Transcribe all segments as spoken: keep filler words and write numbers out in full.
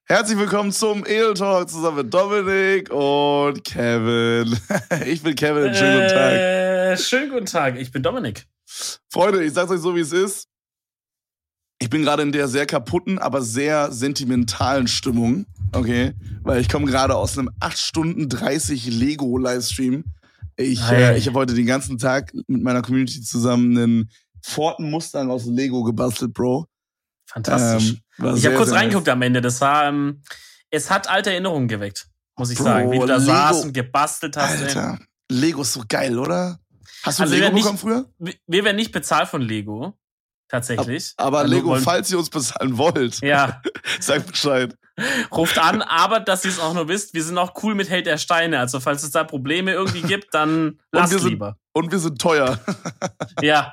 Herzlich willkommen zum Edel Talk zusammen mit Dominik und Kevin. Ich bin Kevin, schönen guten Tag. Äh, schönen guten Tag, ich bin Dominik. Freunde, ich sag's euch so, wie es ist. Ich bin gerade in der sehr kaputten, aber sehr sentimentalen Stimmung, okay? Weil ich komme gerade aus einem acht Stunden dreißig Lego-Livestream. Ich, äh, ich habe heute den ganzen Tag mit meiner Community zusammen einen Ford Mustang aus Lego gebastelt, Bro. Fantastisch. Ähm, ich habe kurz reingeguckt nice. Am Ende. Das war, ähm, es hat alte Erinnerungen geweckt, muss ich Bro, sagen. Wie du da Lego, saßt und gebastelt hast. Alter, ey. Lego ist so geil, oder? Hast du also Lego bekommen nicht, früher? Wir werden nicht bezahlt von Lego. Tatsächlich. Aber also Lego, wollen, falls ihr uns bezahlen wollt, ja. sagt Bescheid. Ruft an, aber dass ihr es auch nur wisst, wir sind auch cool mit Held der Steine. Also falls es da Probleme irgendwie gibt, dann lasst und wir lieber. Sind, und wir sind teuer. Ja.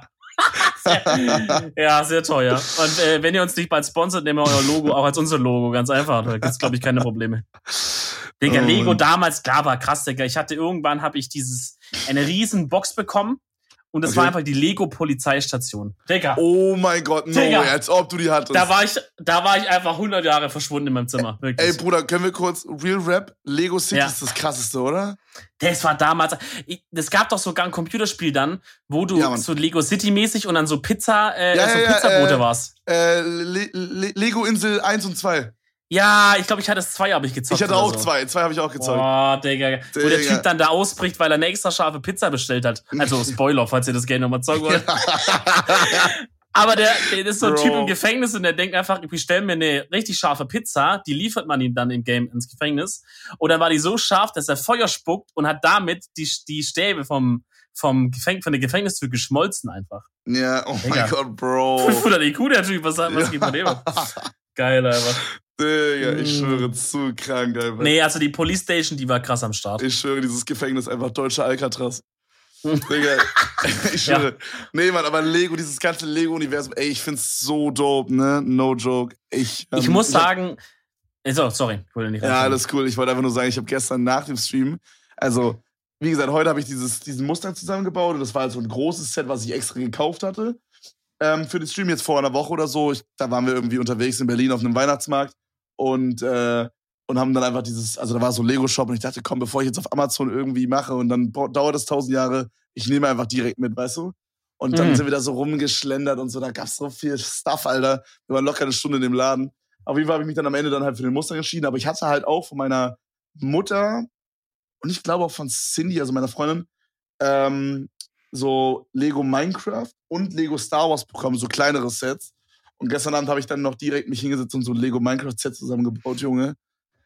sehr, ja, sehr teuer. Und äh, wenn ihr uns nicht bald sponsert, nehmen wir euer Logo auch als unser Logo. Ganz einfach. Da gibt es, glaube ich, keine Probleme. Digga, oh, Lego damals, klar, war krass, Digga. Ich hatte irgendwann, habe ich dieses, eine riesen Box bekommen. Und das okay. war einfach die Lego-Polizeistation. Digga. Oh mein Gott, no Digga. Way, als ob du die hattest. Da war ich, da war ich einfach hundert Jahre verschwunden in meinem Zimmer. Wirklich. Ey, Bruder, können wir kurz, Real Rap, Lego City ja. ist das krasseste, oder? Das war damals, es gab doch sogar ein Computerspiel dann, wo du ja, so Lego City-mäßig und dann so Pizza, äh, ja, so ja, Pizzaboote äh, warst. Äh, Le- Le- Lego Insel eins und zwei. Ja, ich glaube, ich hatte es zwei, habe ich gezockt. Ich hatte auch so. zwei, zwei habe ich auch gezockt. Boah, Digga. Wo Digga. der Typ dann da ausbricht, weil er eine extra scharfe Pizza bestellt hat. Also Spoiler, falls ihr das Game nochmal zocken wollt. Aber der, der ist so ein Bro. Typ im Gefängnis und der denkt einfach, ich bestelle mir eine richtig scharfe Pizza, die liefert man ihm dann im Game ins Gefängnis. Und dann war die so scharf, dass er Feuer spuckt und hat damit die, die Stäbe vom, vom Gefäng- von der Gefängnistür geschmolzen einfach. Ja, oh Digga. Mein Gott, Bro. fünfhundert I Q, der Typ, was, was ja. geht von dem? Geil, einfach. Digga, ich schwöre, zu krank einfach. Nee, also die Police Station, die war krass am Start. Ich schwöre, dieses Gefängnis einfach deutscher Alcatraz. Digga, ich schwöre. Ja. Nee, Mann, aber Lego, dieses ganze Lego-Universum, ey, ich find's so dope, ne? No joke. Ich, ähm, ich muss ich sagen, hab, so, sorry, ich wollte nicht rein. Ja, alles cool. Ich wollte einfach nur sagen, ich habe gestern nach dem Stream, also, wie gesagt, heute habe ich dieses, diesen Mustang zusammengebaut und das war halt so ein großes Set, was ich extra gekauft hatte. Ähm, für den Stream jetzt vor einer Woche oder so. Ich, da waren wir irgendwie unterwegs in Berlin auf einem Weihnachtsmarkt. Und, äh, und haben dann einfach dieses, also da war so ein Lego-Shop und ich dachte, komm, bevor ich jetzt auf Amazon irgendwie mache und dann dauert das tausend Jahre, ich nehme einfach direkt mit, weißt du? Und dann mhm. sind wir da so rumgeschlendert und so, da gab's so viel Stuff, Alter. Wir waren locker eine Stunde in dem Laden. Auf jeden Fall habe ich mich dann am Ende dann halt für den Mustang entschieden, aber ich hatte halt auch von meiner Mutter und ich glaube auch von Cindy, also meiner Freundin, ähm, so Lego Minecraft und Lego Star Wars bekommen, so kleinere Sets. Und gestern Abend habe ich dann noch direkt mich hingesetzt und so ein Lego Minecraft-Set zusammengebaut, Junge.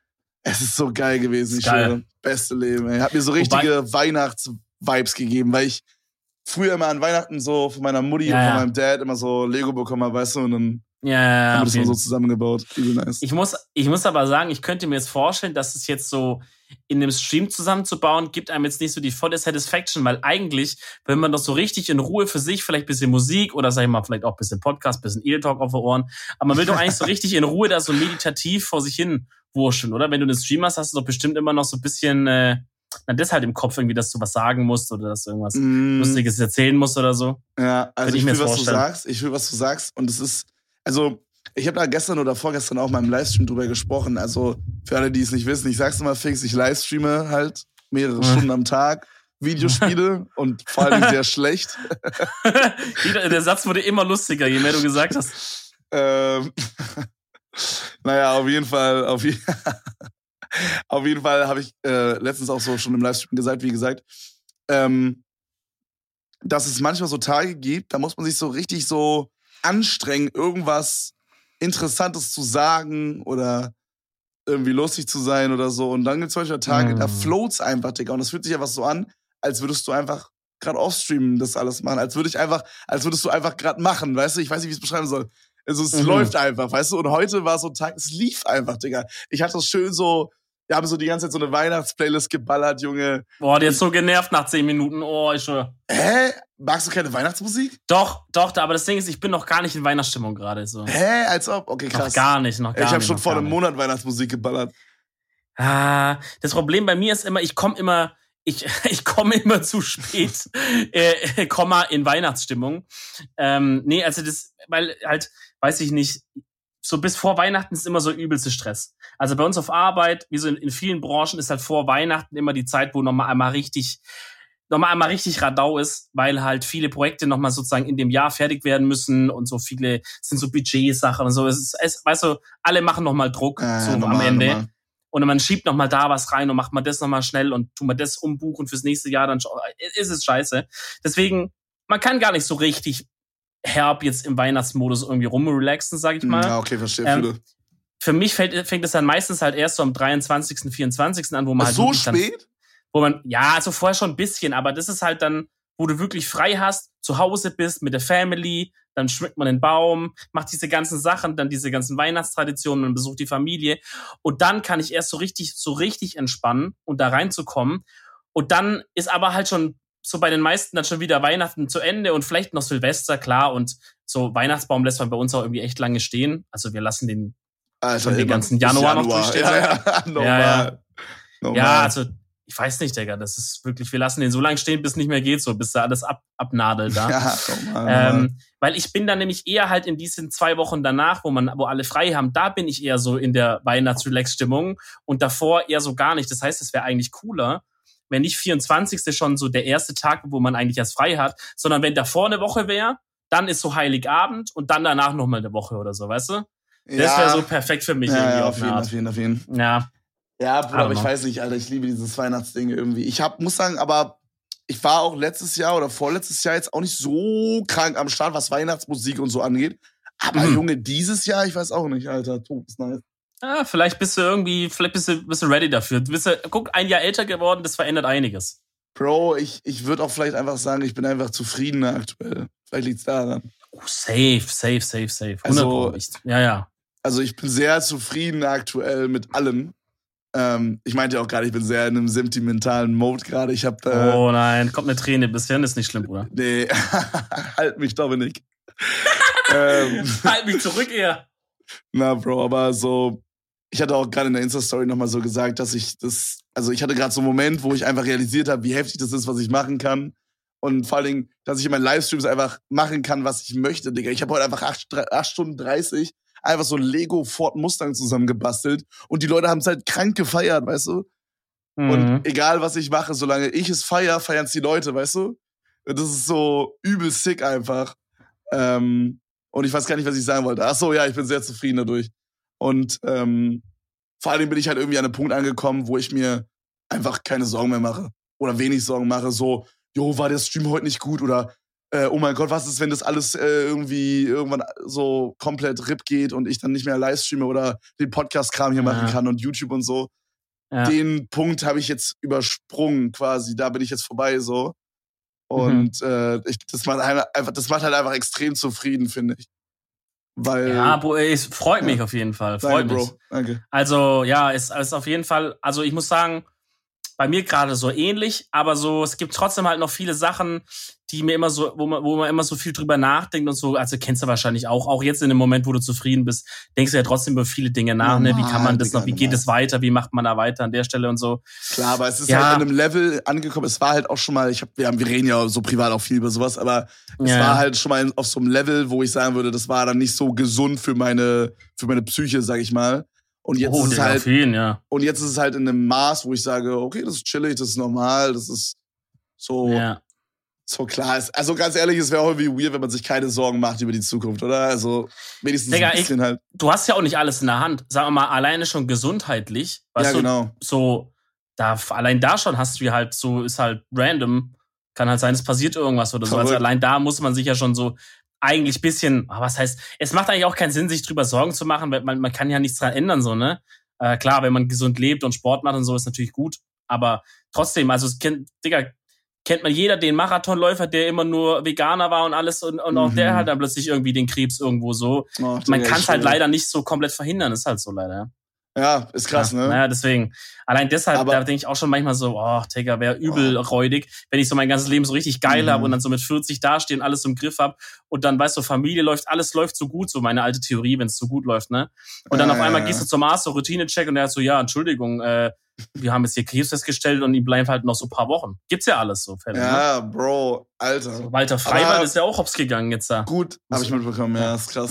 Es ist so geil gewesen, ich schwöre. Beste Leben, ey. Hat mir so richtige Wobei- Weihnachts-Vibes gegeben, weil ich früher immer an Weihnachten so von meiner Mutti ja, und von ja. meinem Dad immer so Lego bekommen habe, weißt du, und dann ja, ja, haben wir das mal so zusammengebaut. Nice. Ich muss, ich muss aber sagen, ich könnte mir jetzt vorstellen, dass es jetzt so in dem Stream zusammenzubauen, gibt einem jetzt nicht so die volle Satisfaction, weil eigentlich, wenn man das so richtig in Ruhe für sich, vielleicht ein bisschen Musik oder sag ich mal, vielleicht auch ein bisschen Podcast, ein bisschen Edel Talk auf den Ohren, aber man will doch eigentlich so richtig in Ruhe da so meditativ vor sich hin wurscheln, oder? Wenn du einen Stream hast, hast du doch bestimmt immer noch so ein bisschen, äh, na, das halt im Kopf irgendwie, dass du was sagen musst oder dass du irgendwas mm. Lustiges erzählen musst oder so. Ja, also ich, ich will, was du sagst, ich will, was du sagst und es ist, also ich habe da gestern oder vorgestern auch mal im Livestream drüber gesprochen. Also für alle, die es nicht wissen, ich sag's immer fix, ich livestreame halt mehrere Stunden am Tag Videospiele und vor allem sehr schlecht. Der Satz wurde immer lustiger, je mehr du gesagt hast. Ähm, naja, auf jeden Fall, auf, je- auf jeden Fall habe ich äh, letztens auch so schon im Livestream gesagt, wie gesagt, ähm, dass es manchmal so Tage gibt, da muss man sich so richtig so anstrengen, irgendwas Interessantes zu sagen oder irgendwie lustig zu sein oder so. Und dann gibt es solche Tage, mm. da float's einfach, Digga. Und das fühlt sich einfach so an, als würdest du einfach gerade offstreamen das alles machen. Als würde ich einfach, als würdest du einfach gerade machen, weißt du? Ich weiß nicht, wie ich es beschreiben soll. Also es mhm. läuft einfach, weißt du? Und heute war so ein Tag, es lief einfach, Digga. Ich hatte das schön so, wir haben so die ganze Zeit so eine Weihnachtsplaylist geballert, Junge. Boah, der ist so genervt nach zehn Minuten. Oh, ich schwör. Hä? Magst du keine Weihnachtsmusik? Doch, doch, aber das Ding ist, ich bin noch gar nicht in Weihnachtsstimmung gerade. So. Hä? Als ob? Okay, krass. Noch gar nicht, noch gar ich hab nicht. Ich habe schon vor einem Monat Weihnachtsmusik geballert. Ah, das Problem bei mir ist immer, ich komme immer, ich, ich komme immer zu spät, äh, Komma, in Weihnachtsstimmung. Ähm, nee, also das, weil halt, weiß ich nicht, so bis vor Weihnachten ist immer so übelste Stress. Also bei uns auf Arbeit, wie so in, in vielen Branchen, ist halt vor Weihnachten immer die Zeit, wo nochmal einmal richtig, nochmal einmal richtig Radau ist, weil halt viele Projekte nochmal sozusagen in dem Jahr fertig werden müssen und so viele, sind so Budgetsachen und so. Es ist, es, weißt du, alle machen nochmal Druck Ja, so ja, normal, am Ende. normal. Und man schiebt nochmal da was rein und macht mal das nochmal schnell und tut mal das umbuchen fürs nächste Jahr, dann ist es scheiße. Deswegen, man kann gar nicht so richtig herb jetzt im Weihnachtsmodus irgendwie rumrelaxen, sag ich mal. Ja, okay, verstehe. Ähm, für mich fällt, fängt es dann meistens halt erst so am dreiundzwanzigsten, vierundzwanzigsten an, wo man Ach, halt so wirklich spät? Dann, wo man, ja, also vorher schon ein bisschen, aber das ist halt dann, wo du wirklich frei hast, zu Hause bist, mit der Family, dann schmückt man den Baum, macht diese ganzen Sachen, dann diese ganzen Weihnachtstraditionen, man besucht die Familie und dann kann ich erst so richtig, so richtig entspannen und da reinzukommen und dann ist aber halt schon so bei den meisten dann schon wieder Weihnachten zu Ende und vielleicht noch Silvester, klar. Und so Weihnachtsbaum lässt man bei uns auch irgendwie echt lange stehen. Also wir lassen den Alter, schon den ganzen Januar, Januar noch durchstehen. Ja, ja, normal. Ja, ja. normal. Ja, also ich weiß nicht, Digga, das ist wirklich, wir lassen den so lange stehen, bis nicht mehr geht, so bis da alles ab, abnadelt da. Ja, normal, ähm, normal. Weil ich bin dann nämlich eher halt in diesen zwei Wochen danach, wo man, wo alle frei haben, da bin ich eher so in der Weihnachts-Relax-Stimmung und davor eher so gar nicht. Das heißt, es wäre eigentlich cooler, wenn nicht vierundzwanzigste schon so der erste Tag, wo man eigentlich erst frei hat, sondern wenn davor eine Woche wäre, dann ist so Heiligabend und dann danach nochmal eine Woche oder so, weißt du? Das Ja. wäre so perfekt für mich Ja, irgendwie ja, auf auf eine jeden, Art. auf jeden, auf jeden. Ja. Ja, Bruder, aber ich Aber- weiß nicht, Alter, ich liebe dieses Weihnachtsding irgendwie. Ich hab, muss sagen, aber ich war auch letztes Jahr oder vorletztes Jahr jetzt auch nicht so krank am Start, was Weihnachtsmusik und so angeht. Aber Mhm. Junge, dieses Jahr, ich weiß auch nicht, Alter, tot ist nice. Ja, vielleicht bist du irgendwie, vielleicht bist du, bist du ready dafür. Du bist ja, guck, ein Jahr älter geworden, das verändert einiges. Bro, ich, ich würde auch vielleicht einfach sagen, ich bin einfach zufriedener aktuell. Vielleicht liegt's daran. Oh, safe, safe, safe, safe. Also- hundert Prozent. Ja, ja. Also ich bin sehr zufrieden aktuell mit allem. Ähm, ich meinte auch gerade, ich bin sehr in einem sentimentalen Mode gerade. Ich hab, äh, Oh nein, kommt eine Träne bisher, ist nicht schlimm, Bruder. nee, halt mich, Dominik. ähm, Halt mich zurück eher. Na, Bro, aber so, ich hatte auch gerade in der Insta-Story nochmal so gesagt, dass ich das, also ich hatte gerade so einen Moment, wo ich einfach realisiert habe, wie heftig das ist, was ich machen kann. Und vor allen Dingen, dass ich in meinen Livestreams einfach machen kann, was ich möchte, Digga. Ich habe heute einfach acht, acht Stunden dreißig einfach so ein Lego Ford Mustang zusammengebastelt und die Leute haben es halt krank gefeiert, weißt du? Mhm. Und egal, was ich mache, solange ich es feiere, feiern es die Leute, weißt du? Das ist so übel sick einfach. Ähm, und ich weiß gar nicht, was ich sagen wollte. Ach so, ja, ich bin sehr zufrieden dadurch. Und ähm, vor allem bin ich halt irgendwie an einem Punkt angekommen, wo ich mir einfach keine Sorgen mehr mache. Oder wenig Sorgen mache. So, jo, war der Stream heute nicht gut? Oder, äh, oh mein Gott, was ist, wenn das alles äh, irgendwie irgendwann so komplett RIP geht und ich dann nicht mehr live streame oder den Podcast-Kram hier Ja. machen kann und YouTube und so. Ja. Den Punkt habe ich jetzt übersprungen quasi. Da bin ich jetzt vorbei so. Und Mhm. äh, ich, das, macht halt einfach, das macht halt einfach extrem zufrieden, finde ich. Weil, Ja, Bro, es freut mich Ja. auf jeden Fall. danke, Freut mich. Bro. Danke. Also, ja, es ist auf jeden Fall, also ich muss sagen, bei mir gerade so ähnlich, aber so, es gibt trotzdem halt noch viele Sachen, die mir immer so, wo man, wo man immer so viel drüber nachdenkt und so, also kennst du wahrscheinlich auch, auch jetzt in dem Moment, wo du zufrieden bist, denkst du ja trotzdem über viele Dinge nach, ne, wie kann man das Normal, noch, wie Digga, geht es weiter, wie macht man da weiter an der Stelle und so. Klar, aber es ist Ja. halt in einem Level angekommen. Es war halt auch schon mal, ich hab, wir, haben, wir reden ja so privat auch viel über sowas, aber es Ja. war halt schon mal auf so einem Level, wo ich sagen würde, das war dann nicht so gesund für meine, für meine Psyche, sag ich mal. Und jetzt Oh, ist es Digga, halt, auf jeden, ja. und jetzt ist es halt in einem Maß, wo ich sage, okay, das ist chillig, das ist normal, das ist so, Ja. so klar ist. Also ganz ehrlich, es wäre auch irgendwie weird, wenn man sich keine Sorgen macht über die Zukunft, oder? Also wenigstens Digga, ein bisschen halt. Du hast ja auch nicht alles in der Hand. Sagen wir mal, alleine schon gesundheitlich, weißt Ja, du, genau. so, da, allein da schon hast du halt so, ist halt random, kann halt sein, es passiert irgendwas oder so. Also Verrückt. allein da muss man sich ja schon so eigentlich bisschen, ah, was heißt, es macht eigentlich auch keinen Sinn, sich drüber Sorgen zu machen, weil man, man kann ja nichts dran ändern, so, ne? Äh, klar, wenn man gesund lebt und Sport macht und so, ist natürlich gut. Aber trotzdem, also, es kennt, Digga, kennt man jeder den Marathonläufer, der immer nur Veganer war und alles und, und auch Mhm. der hat dann plötzlich irgendwie den Krebs irgendwo so. Oh, Man Digga, kann es halt schwöre. leider nicht so komplett verhindern, ist halt so leider, ja. Ja, ist krass, ja, ne? Naja, deswegen. Allein deshalb, Aber- da denke ich auch schon manchmal so, oh, Digga, wäre übel räudig, wenn ich so mein ganzes Leben so richtig geil Mhm. habe und dann so mit vierzig dastehe und alles im Griff hab und dann, weißt du, Familie läuft, alles läuft so gut, so meine alte Theorie, wenn es so gut läuft, ne? Und dann Ja, auf einmal ja, gehst ja. du zum Arzt, so Routine-Check und der hat so, ja, Entschuldigung, äh, wir haben jetzt hier Krebs festgestellt und ihm bleiben halt noch so ein paar Wochen. Gibt's ja alles so, Fälle, ne? Ja, Bro, Alter. Walter Freiwald Aber- ist ja auch hops gegangen jetzt da. Gut, habe ich mitbekommen, ja, ist krass. Ja.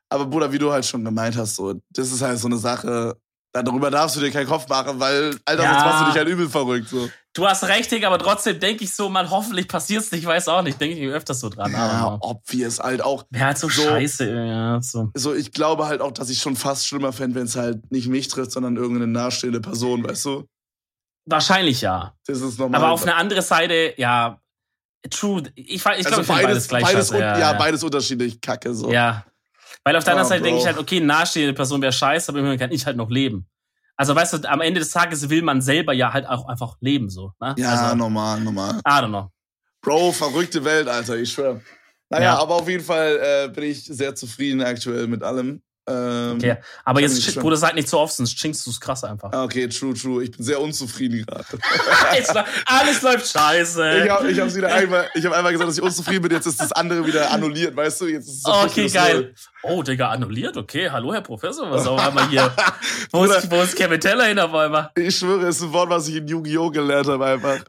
Aber Bruder, wie du halt schon gemeint hast, so, das ist halt so eine Sache, darüber darfst du dir keinen Kopf machen, weil, Alter, Ja. sonst machst du dich halt übel verrückt, so. Du hast recht, Digga, aber trotzdem denke ich so, man, hoffentlich passiert's nicht, ich weiß auch nicht, denke ich mir öfters so dran. Ja, Aber obvious, halt auch. wäre halt so, so- scheiße, ja, so. So, ich glaube halt auch, dass ich schon fast schlimmer fände, wenn es halt nicht mich trifft, sondern irgendeine nahestehende Person, weißt du? Wahrscheinlich ja. Das ist normal. Aber auf eine andere Seite, ja, true. Ich, ich glaube, also ich finde beides, beides gleich beides, scheiße. un- ja, beides unterschiedlich kacke, so. Ja. Weil auf der anderen Oh, Seite denke ich Bro. halt, okay, eine nahestehende Person wäre scheiße, aber immerhin kann ich halt noch leben. Also weißt du, am Ende des Tages will man selber ja halt auch einfach leben, so. Ne? Ja, also, normal, normal. I don't know. Bro, verrückte Welt, Alter, ich schwör. Naja, Ja. aber auf jeden Fall äh, bin ich sehr zufrieden aktuell mit allem. Ähm, Okay. Aber kann jetzt, ich schon. Bruder, sag nicht so oft, sonst chinkst du es krass einfach. ah, Okay, true, true. Ich bin sehr unzufrieden gerade. Jetzt, alles läuft scheiße. Ich habe ich hab's wieder einmal, ich hab einmal gesagt, dass ich unzufrieden bin, jetzt ist das andere wieder annulliert, weißt du? Jetzt ist es so Okay, das geil. Oh, Digga, annulliert? Okay, hallo, Herr Professor, was auch einmal hier. Wo ist, wo ist Kevin Teller hin auf einmal? Ich schwöre, es ist ein Wort, was ich in Yu-Gi-Oh! Gelernt habe einfach.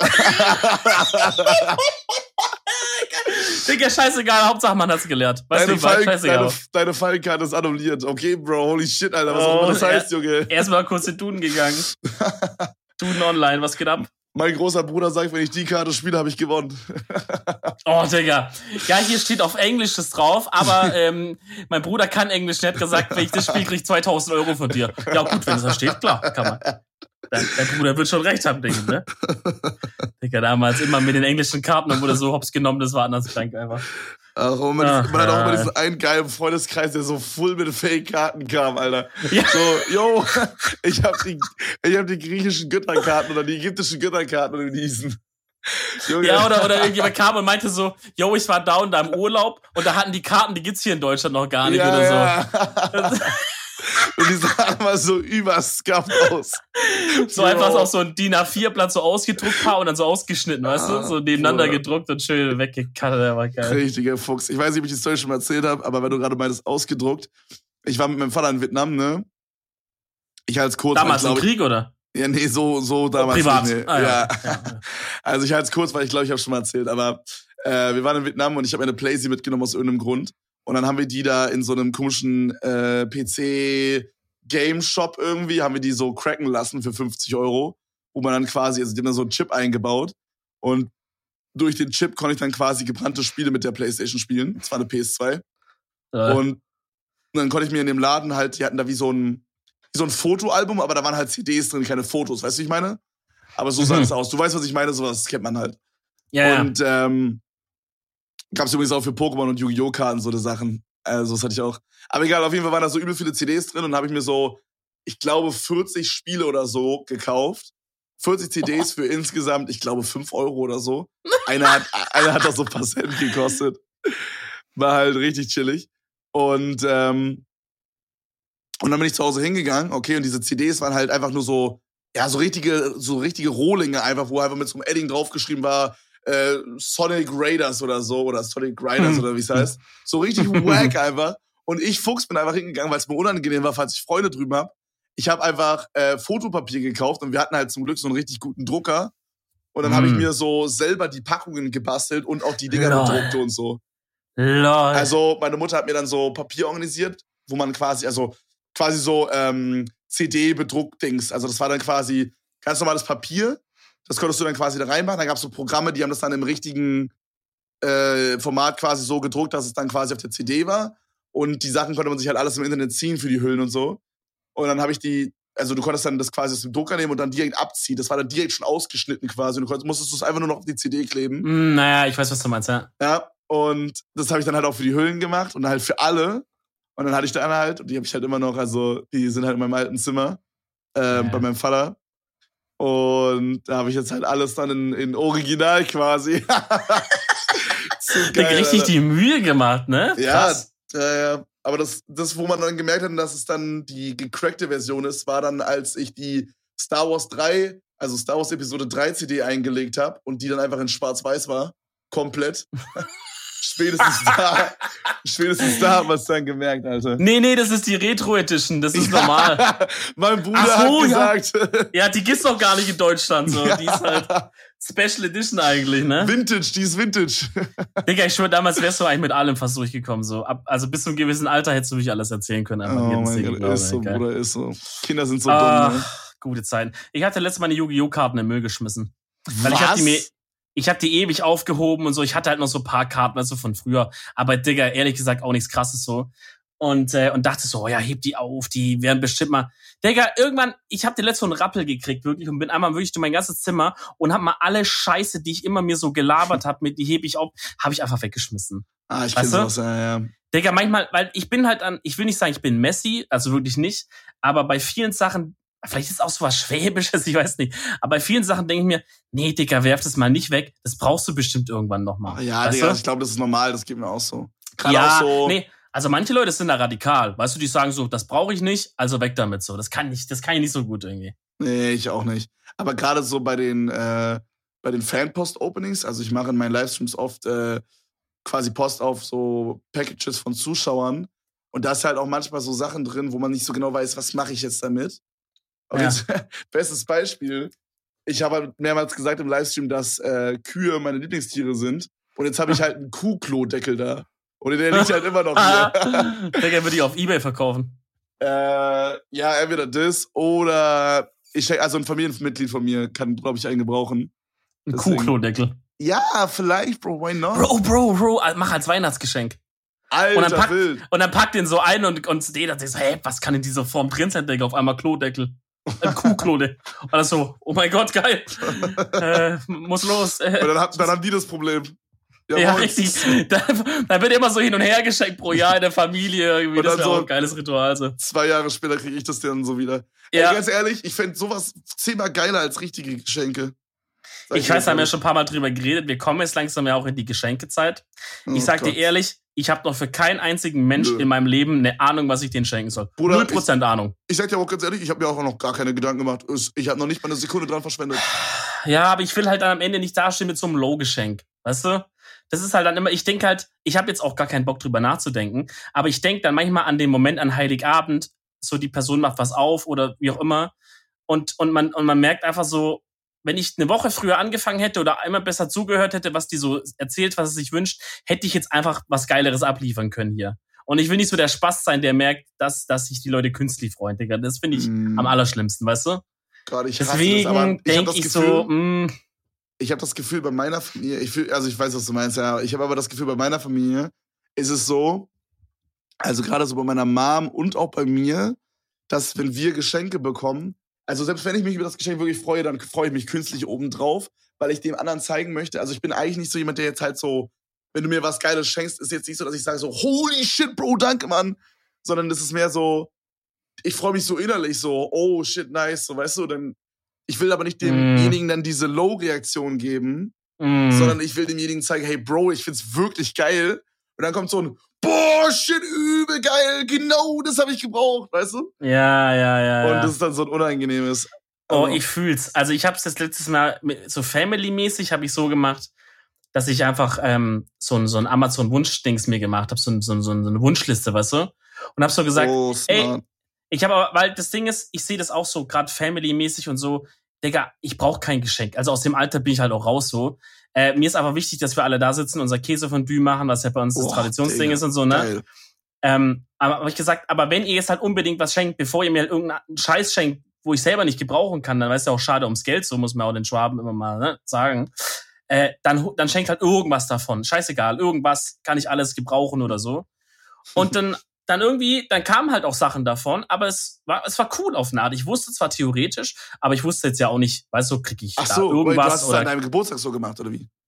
Digga, scheißegal, Hauptsache man hat's gelernt. Weißt Deine, du, was? Fall, Scheißegal. deine, deine Fallkarte ist annulliert. Okay, Bro, holy shit, Alter, was Oh, auch immer das er- heißt, Junge. Erstmal kurz in Duden gegangen. Duden online, was geht ab? Mein großer Bruder sagt, wenn ich die Karte spiele, habe ich gewonnen. Oh, Digga. Ja, hier steht auf Englisch das drauf, aber ähm, mein Bruder kann Englisch, der hat gesagt, wenn ich das Spiel kriege ich zweitausend Euro von dir. Ja gut, wenn es da steht, klar, kann man. Dein, dein Bruder wird schon recht haben, denke ich, ne? Digga, damals immer mit den englischen Karten, dann wurde so hops genommen, das war anders krank einfach. Ach, und man, Ach, man hat auch immer ja. diesen einen geilen Freundeskreis, der so full mit Fake-Karten kam, Alter. Ja. So, yo, ich hab die, ich hab die griechischen Götterkarten oder die ägyptischen Götterkarten oder wie die hießen. Junge. Ja, oder, oder irgendjemand kam und meinte so, yo, ich war da und da im Urlaub und da hatten die Karten, die gibt's hier in Deutschland noch gar nicht ja, oder so. ja. Und die sahen immer so überscuffed aus. So einfach auf so ein D I N A vier Blatt so ausgedruckt paar und dann so ausgeschnitten, weißt du? So nebeneinander Bruder. gedruckt und schön weggekattet, der war geil. Richtiger Fuchs. Ich weiß nicht, ob ich die Story schon mal erzählt habe, aber wenn du gerade meintest, ausgedruckt. Ich war mit meinem Vater in Vietnam, ne? Ich als kurz, Damals im weil ich, Krieg, oder? Ja, nee, so, so damals. Privat. nicht, Nee. Ah, ja. ja. Ja. Also ich halte es kurz, weil ich glaube, ich habe schon mal erzählt, aber äh, wir waren in Vietnam und ich habe eine Playsee mitgenommen aus irgendeinem Grund. Und dann haben wir die da in so einem komischen äh, P C-Game-Shop irgendwie, haben wir die so cracken lassen für fünfzig Euro, wo man dann quasi, also die haben da so einen Chip eingebaut und durch den Chip konnte ich dann quasi gebrannte Spiele mit der Playstation spielen. Das war eine P S zwei. Äh, Und dann konnte ich mir in dem Laden halt, die hatten da wie so ein, wie so ein Fotoalbum, aber da waren halt C Ds drin, keine Fotos, weißt du, wie ich meine? Aber so sah Mhm. das aus. Du weißt, was ich meine, sowas kennt man halt. ja, ja. Und ähm, gab's übrigens auch für Pokémon und Yu-Gi-Oh! Karten so eine Sachen. Also das hatte ich auch. Aber egal, auf jeden Fall waren da so übel viele C Ds drin und habe ich mir so, ich glaube, vierzig Spiele oder so gekauft. vierzig C Ds für insgesamt, ich glaube, fünf Euro oder so. Einer hat, einer hat auch so ein paar Cent gekostet. War halt richtig chillig. Und, ähm, und dann bin ich zu Hause hingegangen, okay, und diese C Ds waren halt einfach nur so, ja, so richtige, so richtige Rohlinge einfach, wo einfach mit so einem Edding draufgeschrieben war, äh, Sonic Raiders oder so, oder Sonic Riders Mhm. oder wie es heißt. So richtig wack einfach. Und ich, Fuchs, bin einfach hingegangen, weil es mir unangenehm war, falls ich Freunde drüben hab. Ich habe einfach äh, Fotopapier gekauft und wir hatten halt zum Glück so einen richtig guten Drucker. Und dann Mhm. habe ich mir so selber die Packungen gebastelt und auch die Dinger Lol. bedruckt und so. Lol. Also meine Mutter hat mir dann so Papier organisiert, wo man quasi, also quasi so ähm, C D-Bedruck-Dings. Also das war dann quasi ganz normales Papier. Das konntest du dann quasi da reinmachen. Da gab es so Programme, die haben das dann im richtigen äh, Format quasi so gedruckt, dass es dann quasi auf der C D war. Und die Sachen konnte man sich halt alles im Internet ziehen für die Hüllen und so. Und dann habe ich die, also du konntest dann das quasi aus dem Drucker nehmen und dann direkt abziehen. Das war dann direkt schon ausgeschnitten quasi. Und du konntest, musstest es einfach nur noch auf die C D kleben. Hm, naja, ich weiß, was du meinst, ja. Ja, und das habe ich dann halt auch für die Hüllen gemacht und halt für alle. Und dann hatte ich dann halt, und die habe ich halt immer noch, also die sind halt in meinem alten Zimmer ähm, Ja. bei meinem Vater. Und da habe ich jetzt halt alles dann in, in Original quasi. Zu Digga, richtig Alter. die Mühe gemacht, ne? Ja, Krass. äh, aber das, das, wo man dann gemerkt hat, dass es dann die gecrackte Version ist, war dann, als ich die Star Wars drei, also Star Wars Episode drei C D eingelegt habe und die dann einfach in schwarz-weiß war. Komplett. spätestens da, spätestens da hat man es dann gemerkt, Alter. Nee, nee, das ist die Retro-Edition, das ist normal. Mein Bruder Ach so, hat gesagt. Ja. ja, die gibt's doch gar nicht in Deutschland, so. Ja. Die ist halt Special Edition eigentlich, ne? Vintage, die ist Vintage. Digga, ich schwör, damals wärst du eigentlich mit allem fast durchgekommen, so. Ab, also bis zu einem gewissen Alter hättest du mich alles erzählen können. Einfach oh mein Ding, Gott, ist so, geil. Bruder, ist so. Kinder sind so Ach, dumm, ne? Gute Zeiten. Ich hatte letztes Mal eine Yu-Gi-Oh! Karten in den Müll geschmissen. Weil Was? ich hab die mir, ich hab die ewig aufgehoben und so. Ich hatte halt noch so ein paar Karten, also von früher. Aber Digga, ehrlich gesagt auch nichts Krasses so. Und, äh, und dachte so, oh ja, heb die auf, die werden bestimmt mal. Digga, irgendwann, ich hab den letzten einen Rappel gekriegt, wirklich, und bin einmal wirklich durch mein ganzes Zimmer und hab mal alle Scheiße, die ich immer mir so gelabert hab, mit die heb ich auf, hab ich einfach weggeschmissen. Ah, ich kenne sowas, ja, ja. Digga, manchmal, weil ich bin halt an, ich will nicht sagen, ich bin Messi, also wirklich nicht, aber bei vielen Sachen, vielleicht ist es auch so was Schwäbisches, ich weiß nicht, aber bei vielen Sachen denke ich mir, nee, Digga, werf das mal nicht weg, das brauchst du bestimmt irgendwann nochmal. Ja, weißt Digga, du? ich glaube, das ist normal, das geht mir auch so. Gerade ja, auch so. Nee, also manche Leute sind da radikal, weißt du, die sagen so, das brauche ich nicht, also weg damit so. Das kann ich, das kann ich nicht so gut irgendwie. Nee, ich auch nicht. Aber gerade so bei den, äh, bei den Fanpost-Openings, also ich mache in meinen Livestreams oft äh, quasi Post auf so Packages von Zuschauern. Und da ist halt auch manchmal so Sachen drin, wo man nicht so genau weiß, was mache ich jetzt damit. Und Ja. jetzt, bestes Beispiel, ich habe halt mehrmals gesagt im Livestream, dass äh, Kühe meine Lieblingstiere sind. Und jetzt habe ich halt einen Kuhklodeckel da. Und der liegt halt immer noch hier. Digga, würde ich auf Ebay verkaufen. Äh, ja, entweder das oder ich schenk, also ein Familienmitglied von mir kann, glaube ich, einen gebrauchen. Ein Deswegen- Kuhklodeckel. Ja, vielleicht, Bro, why not? Bro, Bro, Bro, mach als Weihnachtsgeschenk. Alter, Und dann packt, wild. und dann packt den so ein und, und der dachte so, hä, was kann in dieser Form drin sein, Digga? Auf einmal Klodeckel. Ein Kuhklode. Und dann so, oh mein Gott, geil. äh, muss los. Äh, Und dann, hat, dann haben die das Problem. ja, moin. richtig. Da, da wird immer so hin und her geschenkt pro Jahr in der Familie. Irgendwie. Und Das dann wäre so- auch ein geiles Ritual. So. Zwei Jahre später kriege ich das dann so wieder. Ja. Ey, ganz ehrlich, ich fände sowas zehnmal geiler als richtige Geschenke. Sag Ich weiß, wir haben ja ehrlich. schon ein paar Mal drüber geredet. Wir kommen jetzt langsam ja auch in die Geschenkezeit. Oh Ich sag Gott. dir ehrlich, ich habe noch für keinen einzigen Mensch Nö. in meinem Leben eine Ahnung, was ich denen schenken soll. Bruder, Null Prozent Ahnung. Ich sag dir auch ganz ehrlich, ich habe mir auch noch gar keine Gedanken gemacht. Ich habe noch nicht mal eine Sekunde dran verschwendet. Ja, aber ich will halt dann am Ende nicht dastehen mit so einem Low-Geschenk. Weißt du? Das ist halt dann immer, ich denke halt, ich habe jetzt auch gar keinen Bock drüber nachzudenken, aber ich denke dann manchmal an den Moment an Heiligabend, so die Person macht was auf oder wie auch immer und, und, man, und man merkt einfach so, wenn ich eine Woche früher angefangen hätte oder einmal besser zugehört hätte, was die so erzählt, was sie sich wünscht, hätte ich jetzt einfach was Geileres abliefern können hier. Und ich will nicht so der Spaß sein, der merkt, dass, dass sich die Leute künstlich freuen, Digga. Das finde ich Mm. am allerschlimmsten, weißt du? Gerade ich hasse das, aber Deswegen ich habe denke das ich Gefühl, so, mh, ich habe das Gefühl bei meiner Familie, ich fühl, also ich weiß, was du meinst, ja, ich habe aber das Gefühl bei meiner Familie ist es so, also gerade so bei meiner Mom und auch bei mir, dass wenn wir Geschenke bekommen, also selbst wenn ich mich über das Geschenk wirklich freue, dann freue ich mich künstlich obendrauf, weil ich dem anderen zeigen möchte, also ich bin eigentlich nicht so jemand, der jetzt halt so, wenn du mir was Geiles schenkst, ist jetzt nicht so, dass ich sage so, holy shit, Bro, danke, Mann, sondern es ist mehr so, ich freue mich so innerlich so, oh shit, nice, so, weißt du, dann, ich will aber nicht demjenigen dann diese Low-Reaktion geben, mh. sondern ich will demjenigen zeigen, hey Bro, ich find's wirklich geil. Und dann kommt so ein, boah, shit, übel geil, genau das habe ich gebraucht, weißt du? Ja, ja, ja. Und ja. das ist dann so ein unangenehmes. Oh, Aber- ich fühl's. Also ich habe es das letztes Mal mit, so Family-mäßig habe ich so gemacht, dass ich einfach ähm, so ein so ein Amazon-Wunschdings mir gemacht habe, so, ein, so, ein, so eine Wunschliste, weißt du? Und habe so gesagt, oh, smart. ich habe aber, weil das Ding ist, ich sehe das auch so gerade Family-mäßig und so, Digga, ich brauche kein Geschenk. Also aus dem Alter bin ich halt auch raus so. Äh, mir ist einfach wichtig, dass wir alle da sitzen, unser Käsefondue machen, was ja bei uns das Boah, Traditionsding Digga, ist und so, ne? Geil. Ähm, aber habe ich gesagt, aber wenn ihr jetzt halt unbedingt was schenkt, bevor ihr mir halt irgendeinen Scheiß schenkt, wo ich selber nicht gebrauchen kann, dann weißt du auch, schade ums Geld, so muss man auch den Schwaben immer mal ne, sagen, äh, dann, dann schenkt halt irgendwas davon. Scheißegal, irgendwas kann ich alles gebrauchen oder so. Und dann, dann irgendwie, dann kamen halt auch Sachen davon, aber es war, es war cool auf eine Art. Ich wusste zwar theoretisch, aber ich wusste jetzt ja auch nicht, weißt du, krieg ich Ach da so, wait, du irgendwas hast es oder. an deinem Geburtstag so gemacht, oder wie?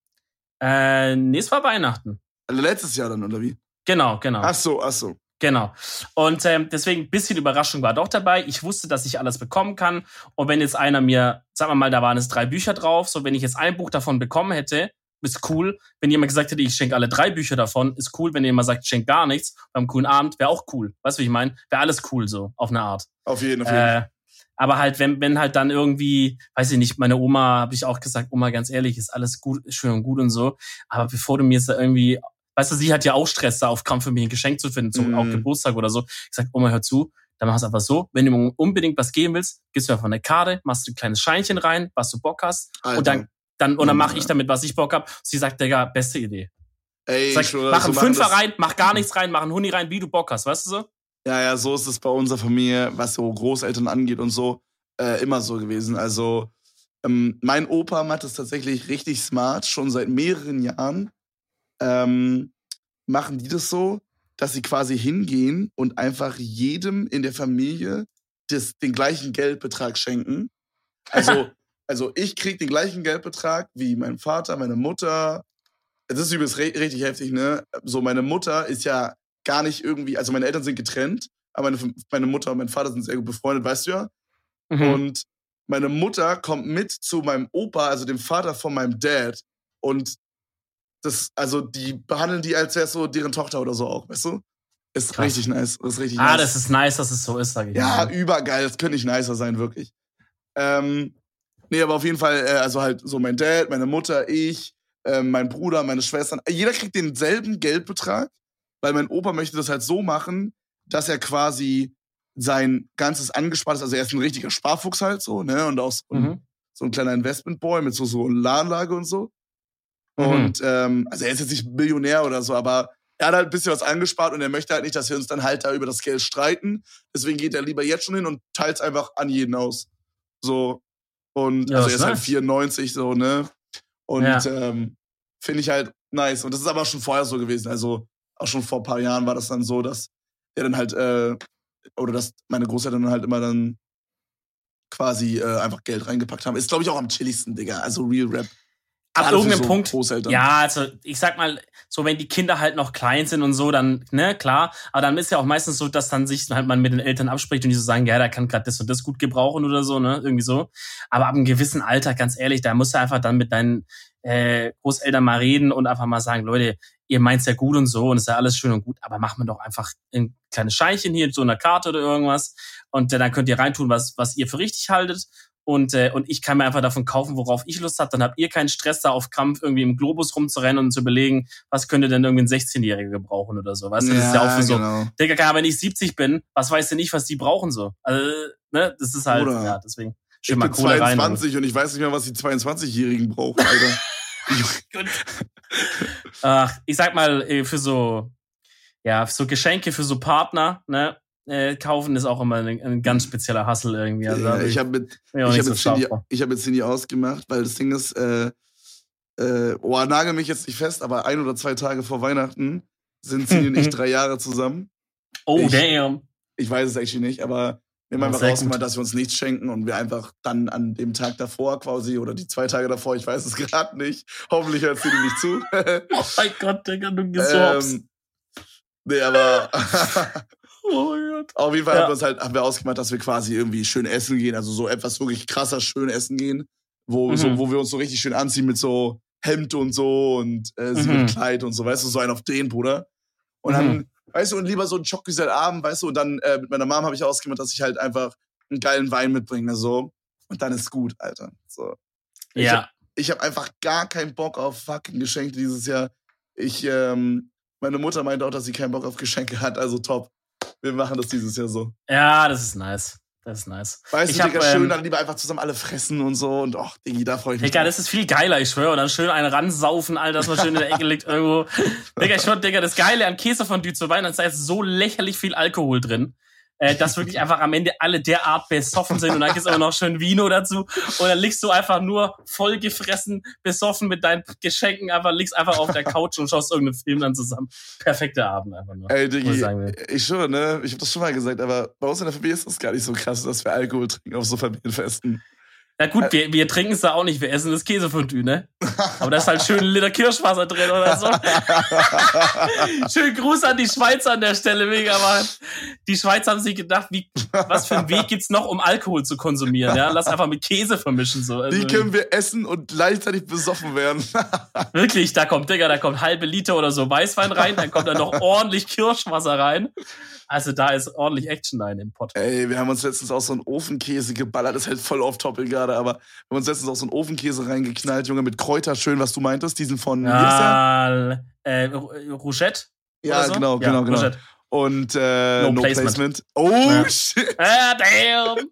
Äh, nee, es war Weihnachten. Also letztes Jahr dann, oder wie? Genau, genau. Ach so, ach so. Genau. Und ähm, deswegen ein bisschen Überraschung war doch dabei. Ich wusste, dass ich alles bekommen kann. Und wenn jetzt einer mir, sagen wir mal, da waren es drei Bücher drauf, so wenn ich jetzt ein Buch davon bekommen hätte, ist cool. Wenn jemand gesagt hätte, ich schenke alle drei Bücher davon, ist cool. Wenn jemand sagt, ich schenke gar nichts, beim coolen Abend, wäre auch cool. Weißt du, wie ich meine? Wäre alles cool so, auf eine Art. Auf jeden, auf jeden. Äh, aber halt, wenn, wenn halt dann irgendwie, weiß ich nicht, meine Oma, habe ich auch gesagt, Oma, ganz ehrlich, ist alles gut, schön und gut und so. Aber bevor du mir jetzt da irgendwie weißt du, sie hat ja auch Stress, da auf Krampf für mich ein Geschenk zu finden, zum Mhm. auch Geburtstag oder so. Ich sag, Oma, hör zu, dann mach es einfach so, wenn du unbedingt was geben willst, gibst du einfach eine Karte, machst du ein kleines Scheinchen rein, was du Bock hast, Alter. und dann, dann, und dann mache Ja. ich damit, was ich Bock hab. Sie sagt, Digga, beste Idee. Ey, Sag, ich schwöre, mach so einen machen Fünfer das- rein, mach gar nichts rein, mach einen Huni rein, wie du Bock hast, weißt du so? Ja, ja, so ist es bei unserer Familie, was so Großeltern angeht und so, äh, immer so gewesen. Also, ähm, mein Opa macht es tatsächlich richtig smart, schon seit mehreren Jahren. Ähm, machen die das so, dass sie quasi hingehen und einfach jedem in der Familie des, den gleichen Geldbetrag schenken. Also, also ich krieg den gleichen Geldbetrag wie mein Vater, meine Mutter. Das ist übrigens re- richtig heftig, ne? So, meine Mutter ist ja gar nicht irgendwie, also meine Eltern sind getrennt, aber meine, meine Mutter und mein Vater sind sehr gut befreundet, weißt du ja? Mhm. Und meine Mutter kommt mit zu meinem Opa, also dem Vater von meinem Dad. Und das, also die behandeln die, als wäre es so deren Tochter oder so auch, weißt du? Ist Krass. richtig nice. Ist richtig Ah, nice. das ist nice, dass es so ist, sag ich Ja, mal. übergeil. Das könnte nicht nicer sein, wirklich. Ähm, nee, aber auf jeden Fall, äh, also halt so mein Dad, meine Mutter, ich, äh, mein Bruder, meine Schwestern. Jeder kriegt denselben Geldbetrag, weil mein Opa möchte das halt so machen, dass er quasi sein ganzes Angespartes, also er ist ein richtiger Sparfuchs halt so, ne? Und auch so ein, Mhm. so ein kleiner Investmentboy mit so, so einer Anlage und so. Mhm. Und ähm, also er ist jetzt nicht Millionär oder so, aber er hat halt ein bisschen was angespart und er möchte halt nicht, dass wir uns dann halt da über das Geld streiten. Deswegen geht er lieber jetzt schon hin und teilt es einfach an jeden aus. So. Und Ja, also ist er ist halt nice. vierundneunzig, so, ne? Und Ja. ähm, finde ich halt nice. Und das ist aber schon vorher so gewesen. Also auch schon vor ein paar Jahren war das dann so, dass er dann halt, äh, oder dass meine Großeltern halt immer dann quasi äh, einfach Geld reingepackt haben. Ist, glaube ich, auch am chilligsten, Digga. Also Real Rap. Ab Gerade für irgendeinem so Punkt. Großeltern. Ja, also ich sag mal, so wenn die Kinder halt noch klein sind und so, dann, ne, klar. Aber dann ist ja auch meistens so, dass dann sich halt man mit den Eltern abspricht und die so sagen, ja, der kann gerade das und das gut gebrauchen oder so, ne, irgendwie so. Aber ab einem gewissen Alter, ganz ehrlich, da musst du einfach dann mit deinen äh, Großeltern mal reden und einfach mal sagen, Leute, ihr meint's ja gut und so und ist ja alles schön und gut, aber macht mir doch einfach ein kleines Scheinchen hier, so eine Karte oder irgendwas und äh, dann könnt ihr reintun, was was ihr für richtig haltet. Und, äh, und ich kann mir einfach davon kaufen, worauf ich Lust habe. Dann habt ihr keinen Stress, da auf Krampf irgendwie im Globus rumzurennen und zu überlegen, was könnte denn irgendwie ein sechzehnjähriger gebrauchen oder so. Weißt du, das ist ja auch für so, genau. Digga, klar, wenn ich siebzig bin, was weiß denn ich, was die brauchen so. Also, ne, das ist halt, Bruder. ja, deswegen. Schön Ich mal bin Kohle rein. zweiundzwanzig und ich weiß nicht mehr, was die zweiundzwanzigjährigen brauchen, Alter. Gut. Ach, ich sag mal, äh, für so, ja, für so Geschenke für so Partner, ne, äh, kaufen ist auch immer ein, ein ganz spezieller Hustle irgendwie. Also, Ja, da bin ich habe mit, bin auch ich nicht hab so mit scharf Cindy, drauf. ich hab mit Cindy ausgemacht, weil das Ding ist, äh, äh, oh, nagel mich jetzt nicht fest, aber ein oder zwei Tage vor Weihnachten sind Cindy und ich drei Jahre zusammen. Oh, ich- damn. Ich weiß es actually nicht, aber wir haben Oh, einfach sehr ausgemacht, gut. dass wir uns nichts schenken und wir einfach dann an dem Tag davor quasi oder die zwei Tage davor, ich weiß es gerade nicht, hoffentlich hört Cindy nicht zu. Oh mein Gott, Digga, du gesorgst. ähm, nee, aber Oh mein Gott. auf jeden Fall Ja. haben wir uns halt, haben wir ausgemacht, dass wir quasi irgendwie schön essen gehen, also so etwas wirklich krasser schön essen gehen, wo, Mhm. so, wo wir uns so richtig schön anziehen mit so Hemd und so und äh, sie Mhm. mit Kleid und so, weißt du, so einen auf den, Bruder. Und Mhm. dann, weißt du, und lieber so ein Schockgesell-Abend, weißt du, und dann äh, mit meiner Mom habe ich ausgemacht, dass ich halt einfach einen geilen Wein mitbringe, so. Und dann ist gut, Alter. So. Ich Ja. Ich habe einfach gar keinen Bock auf fucking Geschenke dieses Jahr. Ich, ähm, meine Mutter meinte auch, dass sie keinen Bock auf Geschenke hat, also top. Wir machen das dieses Jahr so. Ja, das ist nice. Das ist nice. Weißt Ich du, hab, Digga, schön ähm, dann lieber einfach zusammen alle fressen und so und ach, Diggi, da freue ich mich Digga, drauf. das ist viel geiler, ich schwöre. Und dann schön einen ransaufen, Alter, dass man schön in der Ecke liegt irgendwo. Digga, ich schwöre, Digga, das Geile an Käsefondue zu Weihnachten ist, da ist so lächerlich viel Alkohol drin, äh, dass wirklich einfach am Ende alle derart besoffen sind und dann gibt's aber noch schön Vino dazu und dann liegst du einfach nur voll gefressen, besoffen mit deinen Geschenken, einfach liegst einfach auf der Couch und schaust irgendeinen Film dann zusammen. Perfekter Abend einfach nur. Ey, muss ich Diggi, sagen will. ich schwöre, ne, ich hab das schon mal gesagt, aber bei uns in der Familie ist das gar nicht so krass, dass wir Alkohol trinken auf so Familienfesten. Na gut, wir, wir trinken es da auch nicht, wir essen das Käsefondue, ne? Aber da ist halt schön ein Liter Kirschwasser drin oder so. Schönen Gruß an die Schweiz an der Stelle, mega Mann. Die Schweiz haben sich gedacht, wie, was für einen Weg gibt's noch, um Alkohol zu konsumieren, ja? Lass einfach mit Käse vermischen, so. Also, Die können wir essen und gleichzeitig besoffen werden. wirklich, da kommt, Digga, da kommt halbe Liter oder so Weißwein rein, dann kommt da noch ordentlich Kirschwasser rein. Also da ist ordentlich Action rein im Pott. Ey, wir haben uns letztens auch so einen Ofenkäse geballert, das ist halt voll off-topic gerade, aber wir haben uns letztens auch so einen Ofenkäse reingeknallt, Junge, mit Kräuterschön, was du meintest, diesen von, wie ist der? Ah, äh, Rougette. Ja, so? genau, genau, ja, genau. Rougette. Und äh, No No Placement. Placement. Oh, Ja. shit. Ah, damn.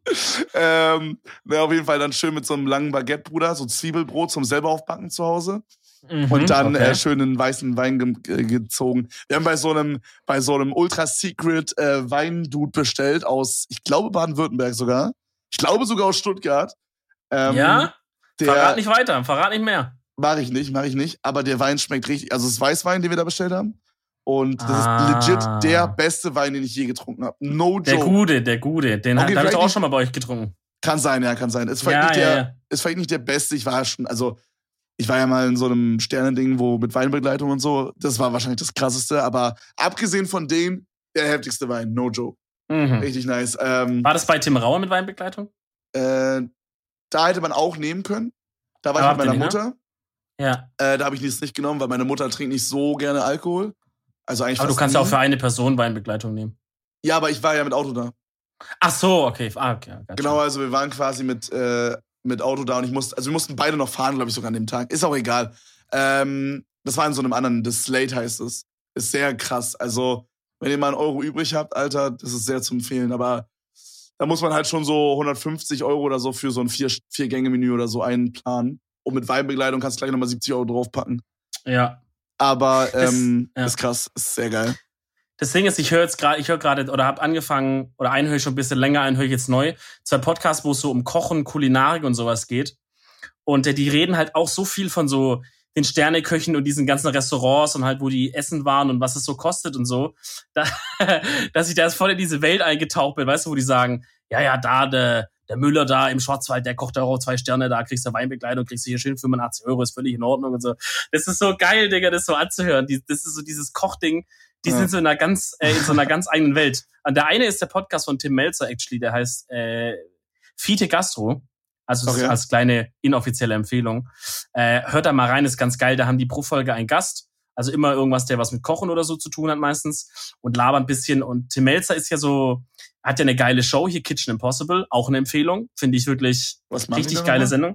ähm, na, auf jeden Fall dann schön mit so einem langen Baguette, Bruder, so Zwiebelbrot zum selber aufbacken zu Hause. Mhm, Und dann okay. äh, schön einen weißen Wein ge ge gezogen. Wir haben bei so einem, bei so einem Ultra-Secret äh, Weindude bestellt aus, ich glaube, Baden-Württemberg sogar. Ich glaube sogar aus Stuttgart. Ähm, ja? Der, verrat nicht weiter, verrat nicht mehr. Mach ich nicht, mach ich nicht. Aber der Wein schmeckt richtig. Also es ist Weißwein, den wir da bestellt haben. Und das Ah. ist legit der beste Wein, den ich je getrunken habe. No joke. Der Gute, der Gute. Den Okay, habe ich auch nicht, schon mal bei euch getrunken. Kann sein, ja, kann sein. Ist vielleicht, Ja, nicht, der, ja, ja. ist vielleicht nicht der beste. Ich war schon, also ich war ja mal in so einem Sternending, wo mit Weinbegleitung und so. Das war wahrscheinlich das Krasseste. Aber abgesehen von dem, der heftigste Wein. No joke. Mhm. Richtig nice. Ähm, War das bei Tim Rauer mit Weinbegleitung? äh, da hätte man auch nehmen können. Da war Aber ich mit habt ihr meiner nicht, Mutter. Ja. Äh, da habe ich das nicht genommen, weil meine Mutter trinkt nicht so gerne Alkohol. Also eigentlich Aber du fast kannst nie. ja auch für eine Person Weinbegleitung nehmen. Ja, aber ich war ja mit Auto da. Ach so, okay. Ah, okay. Gotcha. Genau, also wir waren quasi mit, äh, mit Auto da und ich musste, also wir mussten beide noch fahren, glaube ich, sogar an dem Tag. Ist auch egal. Ähm, das war in so einem anderen, das Slate heißt es. Ist sehr krass. Also, wenn ihr mal einen Euro übrig habt, Alter, das ist sehr zu empfehlen. Aber da muss man halt schon so hundertfünfzig Euro oder so für so ein Vier- Vier-Gänge-Menü oder so einplanen. Und mit Weinbegleitung kannst du gleich nochmal siebzig Euro draufpacken. Ja. Aber ähm, das, ja. ist krass, ist sehr geil. Das Ding ist, ich höre jetzt gerade, ich höre gerade oder habe angefangen, oder einen höre ich schon ein bisschen länger, einen höre ich jetzt neu. Zwei Podcasts, wo es so um Kochen, Kulinarik und sowas geht. Und äh, die reden halt auch so viel von so den Sterneköchen und diesen ganzen Restaurants und halt, wo die essen waren und was es so kostet und so, da, dass ich da jetzt voll in diese Welt eingetaucht bin, weißt du, wo die sagen, ja, ja, da, der, der Müller da im Schwarzwald, der kocht da auch zwei Sterne, da kriegst du Weinbegleitung, kriegst du hier schön fünfundachtzig Euro, ist völlig in Ordnung und so. Das ist so geil, Digga, das so anzuhören. Die, das ist so dieses Kochding, die ja. sind so in einer ganz, äh, in so einer ganz eigenen Welt. Und der eine ist der Podcast von Tim Melzer, actually, der heißt äh, Fiete Gastro. Also okay. als kleine inoffizielle Empfehlung. Äh, hört da mal rein, ist ganz geil. Da haben die pro Folge einen Gast. Also immer irgendwas, der was mit Kochen oder so zu tun hat meistens. Und labern ein bisschen. Und Tim Melzer ist ja so, hat ja eine geile Show hier, Kitchen Impossible. Auch eine Empfehlung. Finde ich wirklich richtig geile Sendung.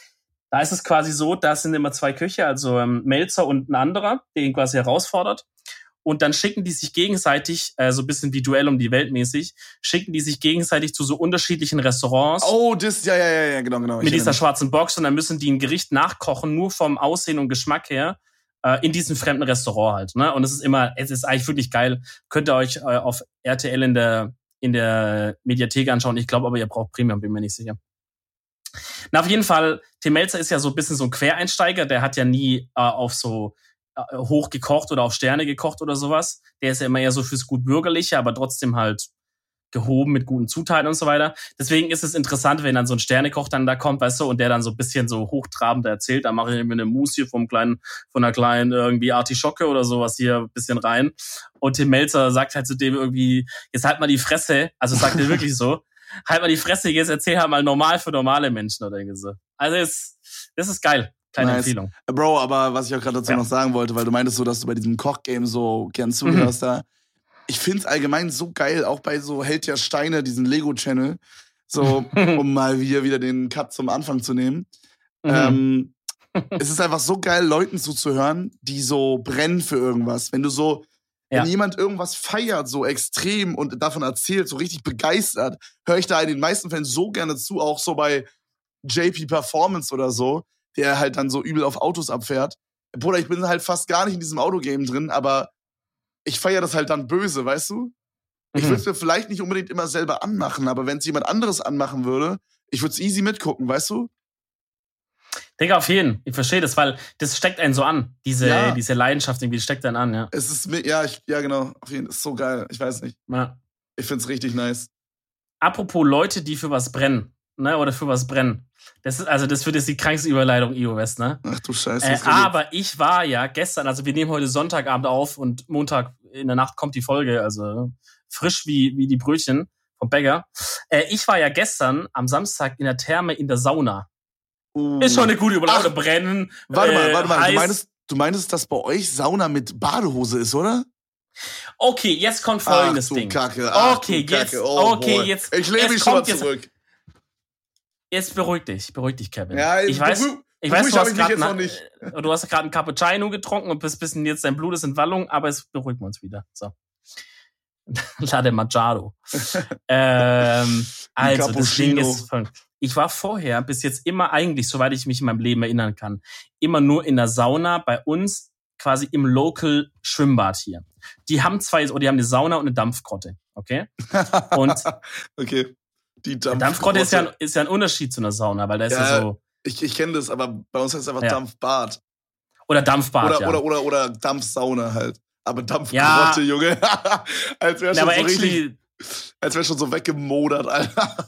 Da ist es quasi so, da sind immer zwei Köche, also ähm, Melzer und ein anderer, der ihn quasi herausfordert. Und dann schicken die sich gegenseitig, äh, so ein bisschen wie Duell um die Welt mäßig, schicken die sich gegenseitig zu so unterschiedlichen Restaurants. Oh, das, ja, ja, ja, ja genau, genau. Mit dieser schwarzen Box und dann müssen die ein Gericht nachkochen, nur vom Aussehen und Geschmack her, äh, in diesem fremden Restaurant halt, ne? Und es ist immer, es ist eigentlich wirklich geil. Könnt ihr euch äh, auf R T L in der, in der Mediathek anschauen. Ich glaube aber, ihr braucht Premium, bin mir nicht sicher. Na, auf jeden Fall, Tim Melzer ist ja so ein bisschen so ein Quereinsteiger, der hat ja nie äh, auf so hoch gekocht oder auf Sterne gekocht oder sowas. Der ist ja immer eher so fürs gut Bürgerliche, aber trotzdem halt gehoben mit guten Zutaten und so weiter. Deswegen ist es interessant, wenn dann so ein Sternekoch dann da kommt, weißt du, und der dann so ein bisschen so hochtrabend erzählt, da mache ich mir eine Mousse hier vom kleinen, von einer kleinen irgendwie Artischocke oder sowas hier ein bisschen rein. Und Tim Melzer sagt halt zu dem irgendwie, jetzt halt mal die Fresse, also sagt er wirklich so, halt mal die Fresse, jetzt erzähl halt mal normal für normale Menschen oder irgendwie so. Also es, das ist geil. Kleine nice. Empfehlung. Bro, aber was ich auch gerade dazu ja. noch sagen wollte, weil du meintest so, dass du bei diesem Kochgame so gern zuhörst mhm. da. Ich find's allgemein so geil, auch bei so Held der Steine, diesen Lego-Channel, so, um mal wieder, wieder den Cut zum Anfang zu nehmen. Mhm. Ähm, es ist einfach so geil, Leuten zuzuhören, die so brennen für irgendwas. Wenn du so, ja. wenn jemand irgendwas feiert, so extrem und davon erzählt, so richtig begeistert, höre ich da in den meisten Fällen so gerne zu, auch so bei J P Performance oder so, der halt dann so übel auf Autos abfährt. Bruder, ich bin halt fast gar nicht in diesem Autogame drin, aber ich feiere das halt dann böse, weißt du? Mhm. Ich würde es mir vielleicht nicht unbedingt immer selber anmachen, aber wenn es jemand anderes anmachen würde, ich würde es easy mitgucken, weißt du? Digga, auf jeden. Ich verstehe das, weil das steckt einen so an. Diese, ja. diese Leidenschaft irgendwie steckt einen an, ja. Es ist, ja, ich, ja genau, auf jeden Fall. Ist so geil. Ich weiß nicht. Ja. Ich find's richtig nice. Apropos Leute, die für was brennen, ne, oder für was brennen. Das ist, also das wird jetzt die krankste Überleitung, I O West, ne? Ach du Scheiße. Äh, aber ich war ja gestern, also wir nehmen heute Sonntagabend auf und Montag in der Nacht kommt die Folge, also frisch wie, wie die Brötchen vom Bäcker. Äh, ich war ja gestern am Samstag in der Therme in der Sauna. Uh. Ist schon eine gute Überleitung. Brennen. Warte mal, warte mal. Äh, du meinst, du meinst, dass bei euch Sauna mit Badehose ist, oder? Okay, jetzt kommt folgendes ach, du Ding. Kacke, ach, okay, du jetzt, Kacke. Oh, okay, boy. jetzt. Ich lehne mich schon mal zurück. Jetzt, jetzt beruhig dich, beruhig dich, Kevin. Ja, ich weiß. Berühr, Ich weiß, du hast gerade noch nicht. Du hast gerade einen Cappuccino getrunken und bist bisschen jetzt dein Blut ist in Wallung, aber es beruhigen wir uns wieder. So. Latte Macchiato. ähm, also, das Ding ist, ich war vorher bis jetzt immer eigentlich, soweit ich mich in meinem Leben erinnern kann, immer nur in der Sauna bei uns, quasi im Local Schwimmbad hier. Die haben zwei, oder die haben eine Sauna und eine Dampfgrotte, okay? Und okay. Die Dampfgrotte, Dampfgrotte ist, ja, ist ja ein Unterschied zu einer Sauna, weil da ist ja, ja so... Ich, ich kenne das, aber bei uns heißt es einfach ja. Dampfbad. Oder Dampfbad, oder, ja. Oder, oder, oder Dampfsauna halt. Aber Dampfgrotte, ja. Junge. als wäre schon, so richtig, als wär schon so weggemodert, Alter.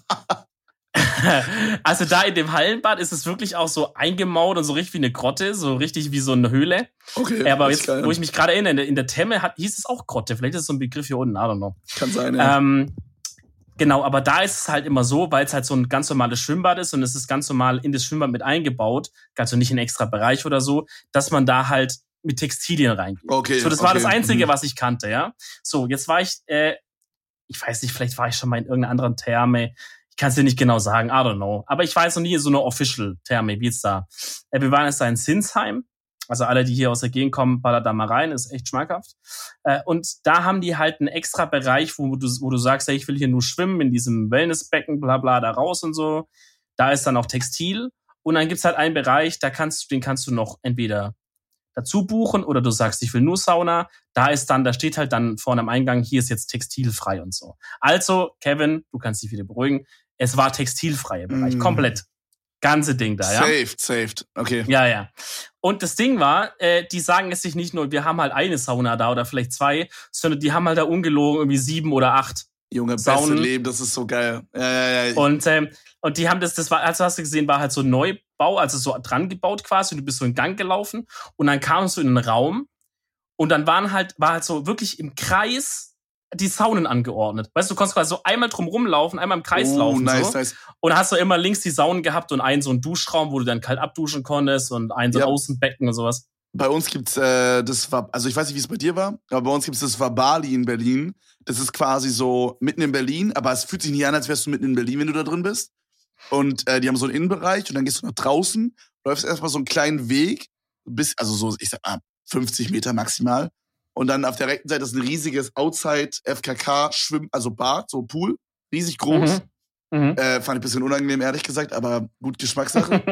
Also da in dem Hallenbad ist es wirklich auch so eingemauert und so richtig wie eine Grotte, so richtig wie so eine Höhle. Okay. Aber jetzt, geil. Wo ich mich gerade erinnere, in der, in der Temme hat, hieß es auch Grotte. Vielleicht ist es so ein Begriff hier unten, I don't know. Kann sein, ja. Ähm, genau, aber da ist es halt immer so, weil es halt so ein ganz normales Schwimmbad ist und es ist ganz normal in das Schwimmbad mit eingebaut, also nicht in extra Bereich oder so, dass man da halt mit Textilien reingeht. Okay. So, das okay. war das Einzige, was ich kannte, ja. So, jetzt war ich, äh, ich weiß nicht, vielleicht war ich schon mal in irgendeiner anderen Therme. Ich kann es dir nicht genau sagen, I don't know. Aber ich weiß noch nie so eine Official-Therme, wie jetzt da. Äh, wir waren jetzt da in Sinsheim. Also alle, die hier aus der Gegend kommen, ballert da mal rein, ist echt schmackhaft. Äh, und da haben die halt einen extra Bereich, wo du, wo du sagst, hey, ich will hier nur schwimmen in diesem Wellnessbecken, bla bla, da raus und so. Da ist dann auch Textil. Und dann gibt's halt einen Bereich, da kannst du, den kannst du noch entweder dazu buchen oder du sagst, ich will nur Sauna. Da ist dann, da steht halt dann vorne am Eingang, hier ist jetzt textilfrei und so. Also, Kevin, du kannst dich wieder beruhigen. Es war textilfreier Bereich, mm. komplett. Ganze Ding da, ja. Saved, saved, okay. Ja, ja. Und das Ding war, äh, die sagen es sich nicht nur, wir haben halt eine Sauna da oder vielleicht zwei, sondern die haben halt da ungelogen irgendwie sieben oder acht Junge, Saunen. beste Leben, das ist so geil. Ja, ja, ja. Und, ähm, und die haben das, das war, also hast du gesehen, war halt so ein Neubau, also so dran gebaut quasi, und du bist so in Gang gelaufen und dann kamst du in einen Raum und dann waren halt, war halt so wirklich im Kreis die Saunen angeordnet. Weißt du, du konntest quasi so einmal drum rumlaufen, einmal im Kreis oh, laufen. Nice, so. nice. Und dann hast du immer links die Saunen gehabt und einen so einen Duschraum, wo du dann kalt abduschen konntest und einen so ein ja. Außenbecken und sowas. Bei uns gibt's äh, das war, also ich weiß nicht, wie es bei dir war, aber bei uns gibt's das Vabali in Berlin. Das ist quasi so mitten in Berlin, aber es fühlt sich nicht an, als wärst du mitten in Berlin, wenn du da drin bist. Und äh, die haben so einen Innenbereich und dann gehst du nach draußen, läufst erstmal so einen kleinen Weg, bis, also so, ich sag mal, fünfzig Meter maximal. Und dann auf der rechten Seite ist ein riesiges Outside-F K K-Schwimm, also Bad, so Pool, riesig groß. Mhm. Mhm. Äh, fand ich ein bisschen unangenehm, ehrlich gesagt, aber gut Geschmackssache.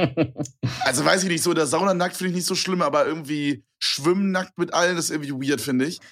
Also weiß ich nicht, so in der Sauna nackt finde ich nicht so schlimm, aber irgendwie schwimmen nackt mit allen ist irgendwie weird, finde ich.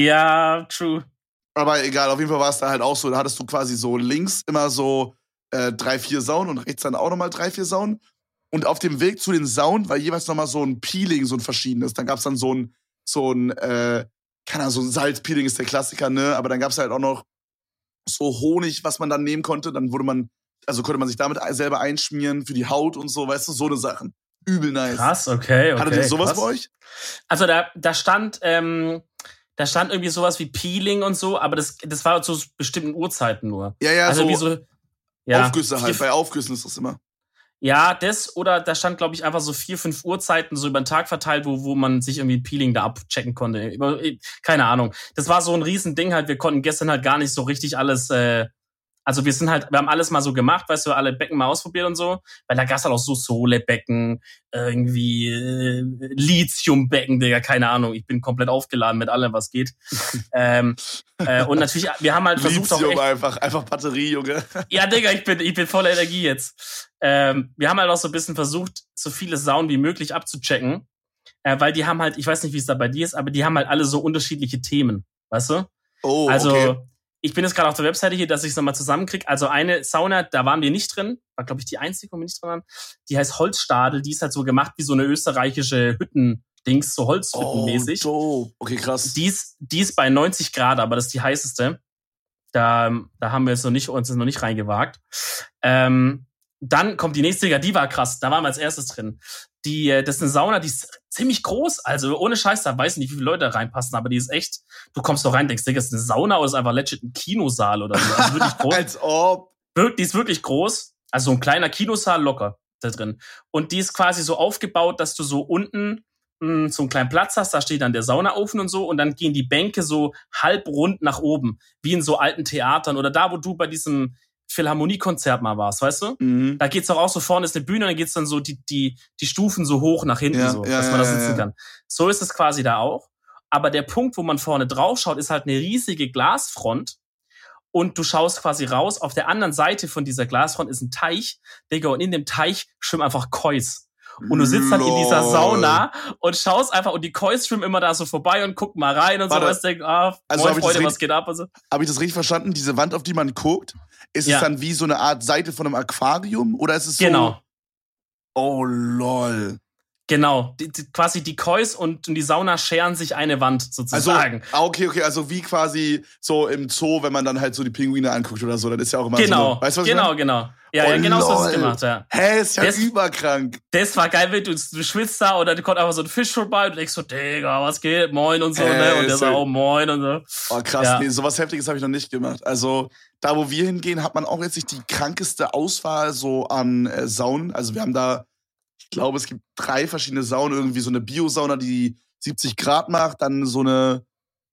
Ja, true. Aber egal, auf jeden Fall war es da halt auch so, da hattest du quasi so links immer so äh, drei, vier Saunen und rechts dann auch nochmal drei, vier Saunen. Und auf dem Weg zu den Saunen war jeweils nochmal so ein Peeling, so ein verschiedenes. Dann gab's dann so ein so ein, äh, keine Ahnung, so ein Salzpeeling ist der Klassiker, ne? Aber dann gab's halt auch noch so Honig, was man dann nehmen konnte. Dann wurde man, also konnte man sich damit selber einschmieren für die Haut und so, weißt du, so eine Sachen. Übel nice. Krass, okay, okay. Hattet ihr sowas krass. bei euch? Also da, da stand, ähm, da stand irgendwie sowas wie Peeling und so, aber das, das war zu bestimmten Uhrzeiten nur. Ja, ja, also so, wie so ja, Aufgüsse halt. Bei Aufgüssen ist das immer. Ja, das oder da stand, glaube ich, einfach so vier, fünf Uhrzeiten so über den Tag verteilt, wo wo man sich irgendwie Peeling da abchecken konnte. Keine Ahnung. Das war so ein Riesending halt. Wir konnten gestern halt gar nicht so richtig alles, äh, also wir sind halt, wir haben alles mal so gemacht, weißt du, alle Becken mal ausprobiert und so. Weil da gab's halt auch so Solebecken, irgendwie äh, Lithiumbecken, Digga, keine Ahnung. Ich bin komplett aufgeladen mit allem, was geht. ähm, äh, und natürlich, wir haben halt versucht Lithium auch echt, einfach, einfach Batterie, Junge. Ja, Digga, ich bin, ich bin voller Energie jetzt. Ähm, wir haben halt auch so ein bisschen versucht, so viele Saunen wie möglich abzuchecken. Äh, weil die haben halt, ich weiß nicht, wie es da bei dir ist, aber die haben halt alle so unterschiedliche Themen, weißt du? Oh, also, okay. Ich bin jetzt gerade auf der Webseite hier, dass ich es nochmal zusammenkriege. Also eine Sauna, da waren wir nicht drin. War, glaube ich, die einzige, wo wir nicht drin waren. Die heißt Holzstadel. Die ist halt so gemacht wie so eine österreichische Hütten-Dings, so Holzhüttenmäßig. Oh, dope. Okay, krass. Die ist, die ist bei neunzig Grad, aber das ist die heißeste. Da, da haben wir jetzt noch nicht, uns noch nicht reingewagt. Ähm, dann kommt die nächste, die war krass. Da waren wir als erstes drin. Die, das ist eine Sauna, die ist ziemlich groß. Also ohne Scheiß, da weiß ich nicht, wie viele Leute da reinpassen, aber die ist echt, du kommst doch rein, denkst, Digga, ist eine Sauna oder ist einfach legit ein Kinosaal oder so. Also wirklich groß. Als ob. Die ist wirklich groß. Also so ein kleiner Kinosaal locker da drin. Und die ist quasi so aufgebaut, dass du so unten mh, so einen kleinen Platz hast, da steht dann der Saunaofen und so und dann gehen die Bänke so halb rund nach oben, wie in so alten Theatern oder da, wo du bei diesem Philharmoniekonzert mal warst, weißt du? Mhm. Da geht's doch auch so, vorne ist eine Bühne und dann geht's dann so die, die, die Stufen so hoch nach hinten, Ja, so, ja, dass man da ja, sitzen ja. kann. So ist es quasi da auch. Aber der Punkt, wo man vorne drauf schaut, ist halt eine riesige Glasfront. Und du schaust quasi raus. Auf der anderen Seite von dieser Glasfront ist ein Teich, Digga, und in dem Teich schwimmen einfach Kois. Und du sitzt dann in dieser Lol. Sauna und schaust einfach, und die Kois schwimmen immer da so vorbei und gucken mal rein und Warte. so, was denken, ah, Also moin hab ich das Freunde, richtig- was geht ab und so. Habe ich das richtig verstanden? Diese Wand, auf die man guckt, ist Ja. es dann wie so eine Art Seite von einem Aquarium? Oder ist es so... Genau, Oh, lol. genau. Die, die, quasi die Kois und, und die Sauna scheren sich eine Wand Also, sozusagen. ah, okay, okay, also wie quasi so im Zoo, wenn man dann halt so die Pinguine anguckt oder so, dann ist ja auch immer genau, so... Weißt du, was genau, ich meine? genau. Ja, Oh, ja, genau so ist es lol. gemacht, ja. Hä, ist ja Das- überkrank. Das war geil, wenn du, du schwitzt da und dann kommt einfach so ein Fisch vorbei und du denkst so, Digga, was geht? Moin und so, Äh, ne? Und der so- sagt auch Moin und so. Oh, krass, Ja. nee, sowas Heftiges habe ich noch nicht gemacht. Also, da wo wir hingehen, hat man auch jetzt nicht die krankeste Auswahl so an äh, Saunen. Also, wir haben da, ich glaube, es gibt drei verschiedene Saunen. Irgendwie so eine Bio-Sauna, die siebzig Grad macht. Dann so eine,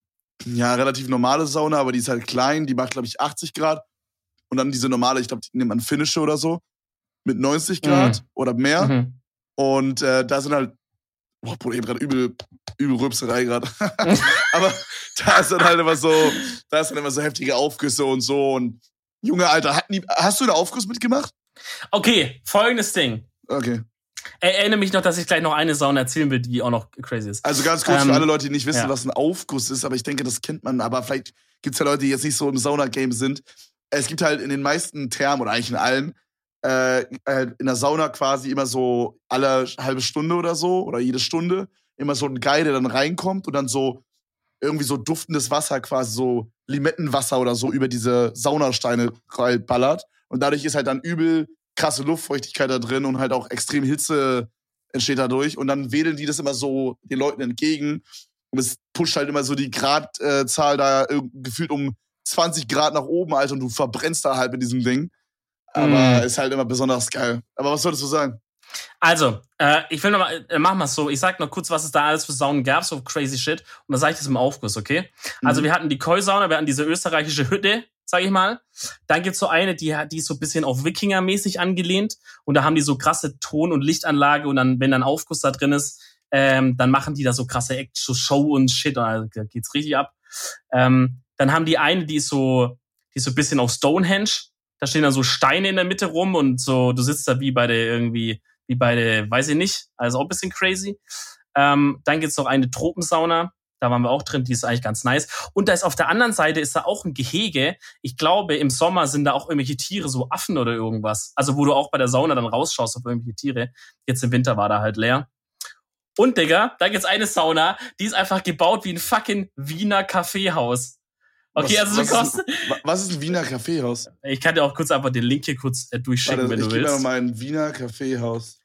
ja, relativ normale Sauna, aber die ist halt klein. Die macht, glaube ich, achtzig Grad. Und dann diese normale, ich glaube, die nennt man Finnische oder so. Mit neunzig Grad oder mehr. Mhm. Und äh, da sind halt, boah, Bruder, ich hab gerade übel, übel Rübserei gerade. Aber da ist dann halt immer so, da ist dann immer so heftige Aufgüsse und so. Und Junge, Alter, hat nie, hast du einen Aufguss mitgemacht? Okay, folgendes Ding. Okay. Erinnere mich noch, dass ich gleich noch eine Sauna erzählen will, die auch noch crazy ist. Also ganz kurz Ähm, für alle Leute, die nicht wissen, ja. was ein Aufguss ist, aber ich denke, das kennt man. Aber vielleicht gibt's ja Leute, die jetzt nicht so im Sauna-Game sind. Es gibt halt in den meisten Thermen oder eigentlich in allen, äh, halt in der Sauna quasi immer so alle halbe Stunde oder so oder jede Stunde immer so ein Guy, der dann reinkommt und dann so irgendwie so duftendes Wasser, quasi so Limettenwasser oder so über diese Saunasteine ballert. Und dadurch ist halt dann übel krasse Luftfeuchtigkeit da drin und halt auch extrem Hitze entsteht dadurch. Und dann wedeln die das immer so den Leuten entgegen. Und es pusht halt immer so die Gradzahl da äh, gefühlt um zwanzig Grad nach oben, Alter, und du verbrennst da halt mit diesem Ding. Aber Mm. ist halt immer besonders geil. Aber was solltest du sagen? Also, äh, ich will noch mal, äh, machen wir es so. Ich sag noch kurz, was es da alles für Saunen gab, so crazy shit. Und dann sage ich das im Aufguss, okay? Also, Mhm. wir hatten die Koi-Sauna, wir hatten diese österreichische Hütte, sag ich mal. Dann gibt's so eine, die, hat- die ist so ein bisschen auf Wikinger-mäßig angelehnt. Und da haben die so krasse Ton- und Lichtanlage. Und dann, wenn dann Aufguss da drin ist, ähm, dann machen die da so krasse Act- so Show und shit. Und da geht's richtig ab. Ähm, dann haben die eine, die ist so, die ist so ein bisschen auf Stonehenge. Da stehen dann so Steine in der Mitte rum und so, du sitzt da wie bei der irgendwie, wie bei der, weiß ich nicht, also auch ein bisschen crazy. Ähm, dann gibt's noch eine Tropensauna, da waren wir auch drin, die ist eigentlich ganz nice. Und da ist auf der anderen Seite ist da auch ein Gehege. Ich glaube, im Sommer sind da auch irgendwelche Tiere, so Affen oder irgendwas. Also wo du auch bei der Sauna dann rausschaust auf irgendwelche Tiere. Jetzt im Winter war da halt leer. Und Digga, da gibt's eine Sauna, die ist einfach gebaut wie ein fucking Wiener Kaffeehaus. Okay, was, also du was, kommst. ist, ein- was ist ein Wiener Kaffeehaus? Ich kann dir auch kurz einfach den Link hier kurz äh, durchschicken, Warte, wenn ich du gebe mir willst. noch mal ein Wiener Kaffeehaus.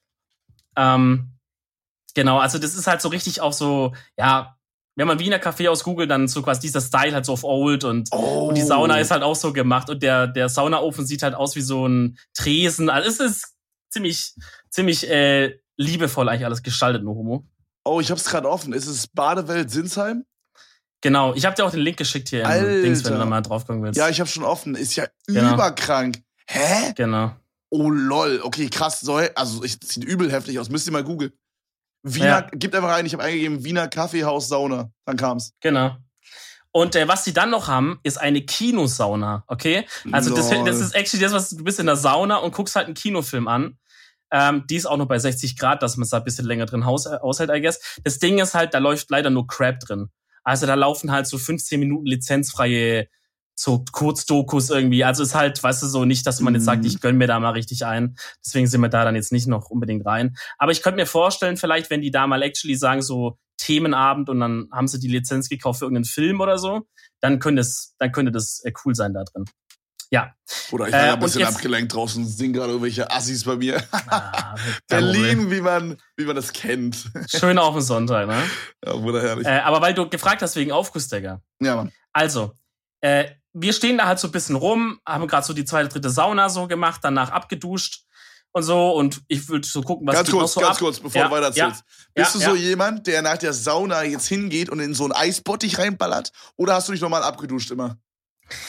Ähm, genau, also das ist halt so richtig auch so, ja, wenn man Wiener Kaffeehaus googelt, dann so quasi dieser Style halt so auf Old und, Oh. und die Sauna ist halt auch so gemacht und der, der Saunaofen sieht halt aus wie so ein Tresen. Also es ist ziemlich, ziemlich äh, liebevoll eigentlich alles gestaltet, nur Homo. Oh, ich hab's gerade offen. Ist es Badewelt Sinsheim? Genau, ich habe dir auch den Link geschickt hier Alter. in Dings, wenn du da mal drauf gucken willst. Ja, ich hab's schon offen. Ist ja Genau. überkrank. Hä? Genau. Oh lol. Okay, krass. So, also, es sieht übel heftig aus. Müsst ihr mal googeln. Wiener, Ja. gibt einfach ein, ich habe eingegeben, Wiener Kaffeehaus Sauna. Dann kam's. Genau. Und äh, was sie dann noch haben, ist eine Kinosauna, okay? Also das, Lol. das ist actually das, was du bist in der Sauna und guckst halt einen Kinofilm an. Ähm, die ist auch nur bei sechzig Grad, dass man es da ein bisschen länger drin haus, äh, aushält, I guess. Das Ding ist halt, da läuft leider nur Crap drin. Also da laufen halt so fünfzehn Minuten lizenzfreie so Kurzdokus irgendwie. Also ist halt, weißt du, so nicht, dass man jetzt sagt, Mhm. ich gönn mir da mal richtig ein. Deswegen sind wir da dann jetzt nicht noch unbedingt rein. Aber ich könnte mir vorstellen, vielleicht, wenn die da mal actually sagen, so Themenabend und dann haben sie die Lizenz gekauft für irgendeinen Film oder so, dann könnte es, dann könnte das äh, cool sein da drin. Ja. Oder ich war Äh, ja ein und bisschen jetzt- abgelenkt draußen, singen gerade irgendwelche Assis bei mir. Ah, kein Problem. Berlin, wie man, wie man das kennt. Schön auf den Sonntag, ne? Ja, Bruder, herrlich. Äh, aber weil du gefragt hast wegen Aufguss, Digga. Ja, Mann. Also, äh, wir stehen da halt so ein bisschen rum, haben gerade so die zweite, dritte Sauna so gemacht, danach abgeduscht und so. Und ich würde so gucken, was Ganz geht noch kurz, so ganz ab. kurz, bevor Ja, du weiter erzählst. ja, Bist du ja. so jemand, der nach der Sauna jetzt hingeht und in so einen Eisbottich reinballert? Oder hast du dich nochmal abgeduscht immer?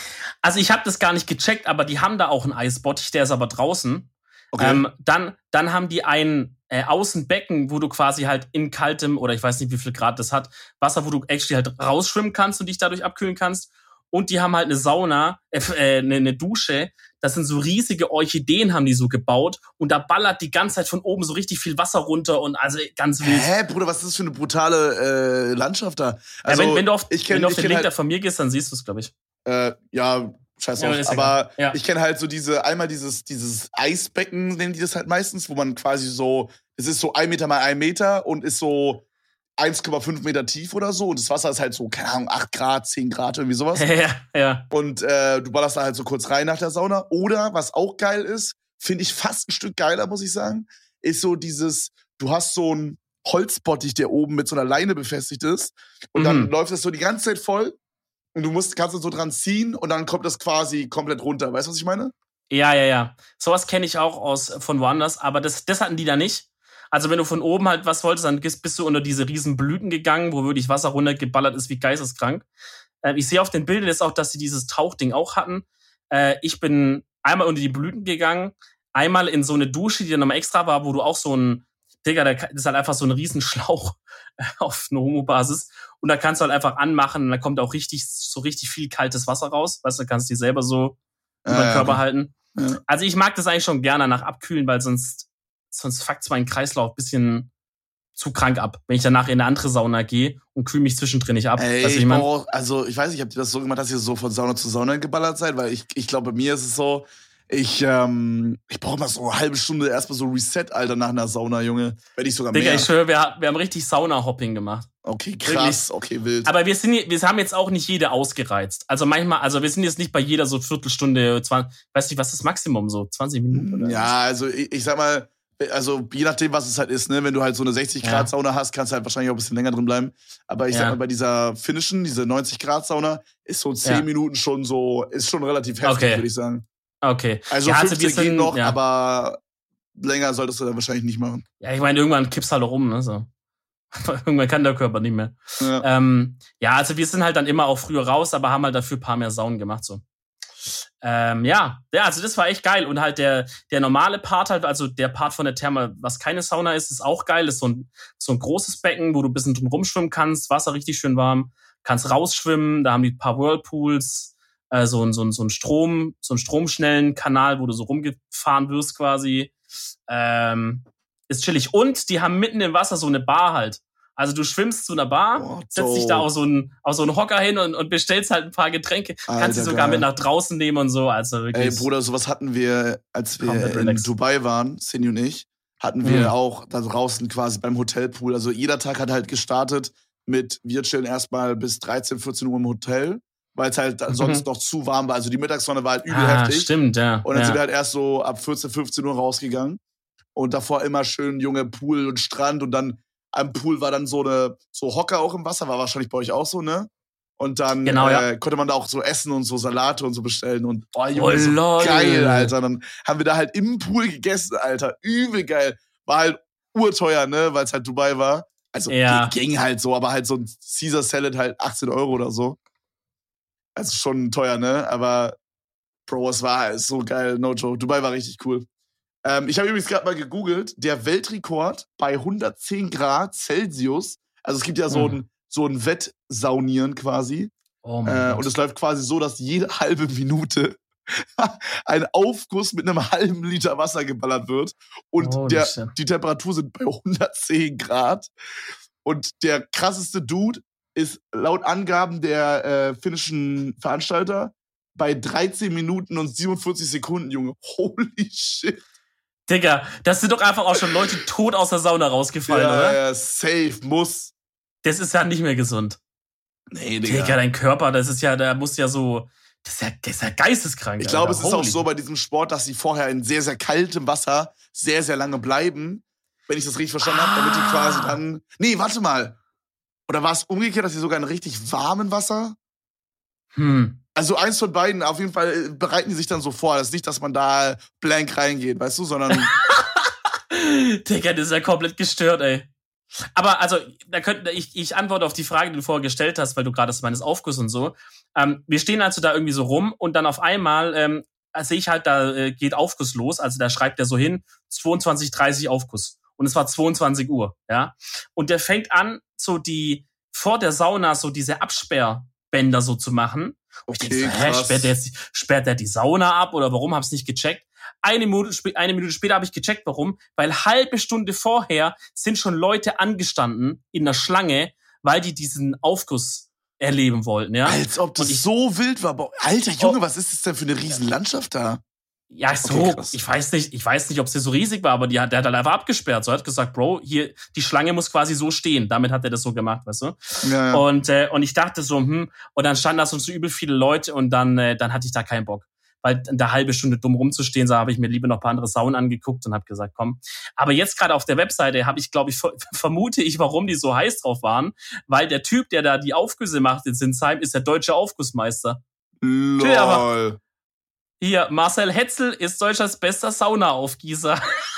Also ich habe das gar nicht gecheckt, aber die haben da auch einen Eisbottich, der ist aber draußen. Okay. Ähm, dann, dann haben die ein äh, Außenbecken, wo du quasi halt in kaltem, oder ich weiß nicht, wie viel Grad das hat, Wasser, wo du actually halt rausschwimmen kannst und dich dadurch abkühlen kannst. Und die haben halt eine Sauna, äh, eine, eine Dusche. Das sind so riesige Orchideen, haben die so gebaut. Und da ballert die ganze Zeit von oben so richtig viel Wasser runter und also ganz wild. Hä, Bruder, was ist das für eine brutale äh, Landschaft da? Also, ja, wenn, wenn du auf, ich kenn, wenn du auf ich den kenn Link halt, da von mir gehst, dann siehst du es, glaube ich. Äh, ja, scheiß Ja, drauf. ist aber egal. Ja. ich kenne halt so diese, einmal dieses, dieses Eisbecken, nennen die das halt meistens, wo man quasi so, es ist so ein Meter mal ein Meter und ist so eins Komma fünf Meter tief oder so. Und das Wasser ist halt so, keine Ahnung, acht Grad, zehn Grad, irgendwie sowas. Ja, ja. Und äh, du ballerst da halt so kurz rein nach der Sauna. Oder, was auch geil ist, finde ich fast ein Stück geiler, muss ich sagen, ist so dieses, du hast so einen Holzbottich, der oben mit so einer Leine befestigt ist. Und Mhm. dann läuft das so die ganze Zeit voll. Und du musst, kannst es so dran ziehen und dann kommt das quasi komplett runter. Weißt du, was ich meine? Ja, ja, ja. Sowas kenne ich auch aus von woanders, aber das, das hatten die da nicht. Also wenn du von oben halt was wolltest, dann bist du unter diese riesen Blüten gegangen, wo wirklich Wasser runtergeballert ist wie geisteskrank. Äh, ich sehe auf den Bildern jetzt auch, dass sie dieses Tauchding auch hatten. Äh, ich bin einmal unter die Blüten gegangen, einmal in so eine Dusche, die dann nochmal extra war, wo du auch so ein, Digga, das ist halt einfach so ein Riesenschlauch auf einer Homo-Basis. Und da kannst du halt einfach anmachen und da kommt auch richtig, so richtig viel kaltes Wasser raus. Weißt du, da kannst du dir selber so über den ja, Körper okay. halten. Ja. Also ich mag das eigentlich schon gerne nach abkühlen, weil sonst, sonst fuckt's meinen Kreislauf ein bisschen zu krank ab, wenn ich danach in eine andere Sauna gehe und kühle mich zwischendrin nicht ab. Ey, weißt du, ich ich mein? brauch, also ich weiß nicht, habt ihr das so gemacht, dass ihr so von Sauna zu Sauna geballert seid? Weil ich, ich glaube, bei mir ist es so, ich, ähm, ich brauche mal so eine halbe Stunde erstmal so Reset, Alter, nach einer Sauna, Junge. Wenn nicht sogar Digga, mehr. ich schwöre, wir, wir haben richtig Sauna-Hopping gemacht. Okay, krass, okay, wild. Aber wir sind, wir haben jetzt auch nicht jede ausgereizt. Also manchmal, also wir sind jetzt nicht bei jeder so Viertelstunde, zwanzig, weiß nicht, was ist das Maximum so? zwanzig Minuten oder Ja, also ich, ich sag mal, also je nachdem, was es halt ist, ne, wenn du halt so eine sechzig Grad Sauna hast, kannst du halt wahrscheinlich auch ein bisschen länger drin bleiben. Aber ich Ja. sag mal, bei dieser finnischen, diese neunzig Grad Sauna, ist so zehn Ja. Minuten schon so, ist schon relativ heftig, Okay. würde ich sagen. Okay. Also ja, fünfzehn wir sind, geht noch, ja. aber länger solltest du dann wahrscheinlich nicht machen. Ja, ich meine, irgendwann kippst halt auch um, ne, so. Irgendwann kann der Körper nicht mehr. Ja. Ähm, ja, also wir sind halt dann immer auch früher raus, aber haben halt dafür ein paar mehr Saunen gemacht, so. Ähm, ja, ja, also das war echt geil. Und halt der, der normale Part halt, also der Part von der Therme, was keine Sauna ist, ist auch geil. Das ist so ein, so ein großes Becken, wo du ein bisschen drum rumschwimmen kannst, Wasser richtig schön warm, kannst rausschwimmen, da haben die ein paar Whirlpools, äh, so ein, so ein, so ein Strom, so ein stromschnellen Kanal, wo du so rumgefahren wirst quasi. Ähm, ist chillig. Und die haben mitten im Wasser so eine Bar halt. Also du schwimmst zu einer Bar, Oh, setzt dich da auf so einen, auf so einen Hocker hin und, und bestellst halt ein paar Getränke. Alter, Kannst sie sogar geil. mit nach draußen nehmen und so. Also wirklich. Ey, Bruder, sowas hatten wir, als wir Komplett in relaxed. Dubai waren, Cindy und ich, hatten wir Mhm. auch da draußen quasi beim Hotelpool. Also jeder Tag hat halt gestartet mit, wir chillen erstmal bis dreizehn, vierzehn Uhr im Hotel, weil es halt Mhm. sonst noch zu warm war. Also die Mittagssonne war halt übel ah, heftig. stimmt, ja. Und dann ja. sind wir halt erst so ab vierzehn, fünfzehn Uhr rausgegangen. Und davor immer schön junge Pool und Strand. Und dann am Pool war dann so eine, so Hocker auch im Wasser, war wahrscheinlich bei euch auch so, ne? Und dann Genau, äh, ja. konnte man da auch so essen und so Salate und so bestellen. Und oh, Oh, Junge, so lol. geil, Alter. Dann haben wir da halt im Pool gegessen, Alter. Übel geil. War halt urteuer, ne? Weil es halt Dubai war. Also Ja. ging halt so, aber halt so ein Caesar Salad halt achtzehn Euro oder so. Also schon teuer, ne? Aber Bro, es war halt so geil, no joke. Dubai war richtig cool. Ähm, ich habe übrigens gerade mal gegoogelt, der Weltrekord bei hundertzehn Grad Celsius, also es gibt ja so Mhm. ein, so ein Wettsaunieren quasi, Oh mein äh, Gott. und es läuft quasi so, dass jede halbe Minute ein Aufguss mit einem halben Liter Wasser geballert wird und Holy der, shit. die Temperatur sind bei hundertzehn Grad und der krasseste Dude ist laut Angaben der äh, finnischen Veranstalter bei dreizehn Minuten und siebenundvierzig Sekunden, Junge. Holy shit. Digga, das sind doch einfach auch schon Leute tot aus der Sauna rausgefallen, Ja, oder? ja, safe, muss. Das ist ja nicht mehr gesund. Nee, Digga, dein Körper, das ist ja, der muss ja so, das ist ja, das ist ja geisteskrank. Ich glaube, Alter. es ist auch Holy. so bei diesem Sport, dass sie vorher in sehr, sehr kaltem Wasser sehr, sehr lange bleiben. Wenn ich das richtig verstanden Ah. habe, damit die quasi dann. Nee, warte mal. Oder war es umgekehrt, dass sie sogar in richtig warmen Wasser? Hm. Also eins von beiden, auf jeden Fall äh, bereiten die sich dann so vor. Das ist nicht, dass man da blank reingeht, weißt du, sondern. Digga, das ist ja komplett gestört, ey. Aber also, da könnt, ich, ich antworte auf die Frage, die du vorher gestellt hast, weil du gerade meines Aufguss und so. Ähm, wir stehen also da irgendwie so rum und dann auf einmal ähm, sehe ich halt, da äh, geht Aufguss los. Also da schreibt er so hin, zweiundzwanzig Uhr dreißig Aufguss. Und es war zweiundzwanzig Uhr, ja. Und der fängt an, so die, vor der Sauna so diese Absperrbänder so zu machen. Und Okay, ich denk so, hä, krass. sperrt der, jetzt, sperrt der die Sauna ab oder warum? Hab's nicht gecheckt. Eine Minute, sp- eine Minute später habe ich gecheckt, warum. Weil halbe Stunde vorher sind schon Leute angestanden in der Schlange, weil die diesen Aufguss erleben wollten, ja. Als ob das Und ich- so wild war. Boah, Alter Junge, Oh. was ist das denn für eine riesen Landschaft da? Ja, so, Okay, krass. ich weiß nicht, ich weiß nicht, ob es hier so riesig war, aber die hat, der hat halt einfach abgesperrt. So hat gesagt, Bro, hier, die Schlange muss quasi so stehen. Damit hat er das so gemacht, weißt du? Ja, ja. Und, äh, und ich dachte so, hm, und dann standen da so übel viele Leute und dann, äh, dann hatte ich da keinen Bock. Weil da halbe Stunde dumm rumzustehen, so habe ich mir lieber noch ein paar andere Saunen angeguckt und habe gesagt, komm. Aber jetzt gerade auf der Webseite habe ich, glaube ich, ver- vermute ich, warum die so heiß drauf waren. Weil der Typ, der da die Aufgüsse macht in Sinsheim, ist der deutsche Aufgussmeister. Lol. Hier, Marcel Hetzel ist Deutschlands bester Saunaaufgießer.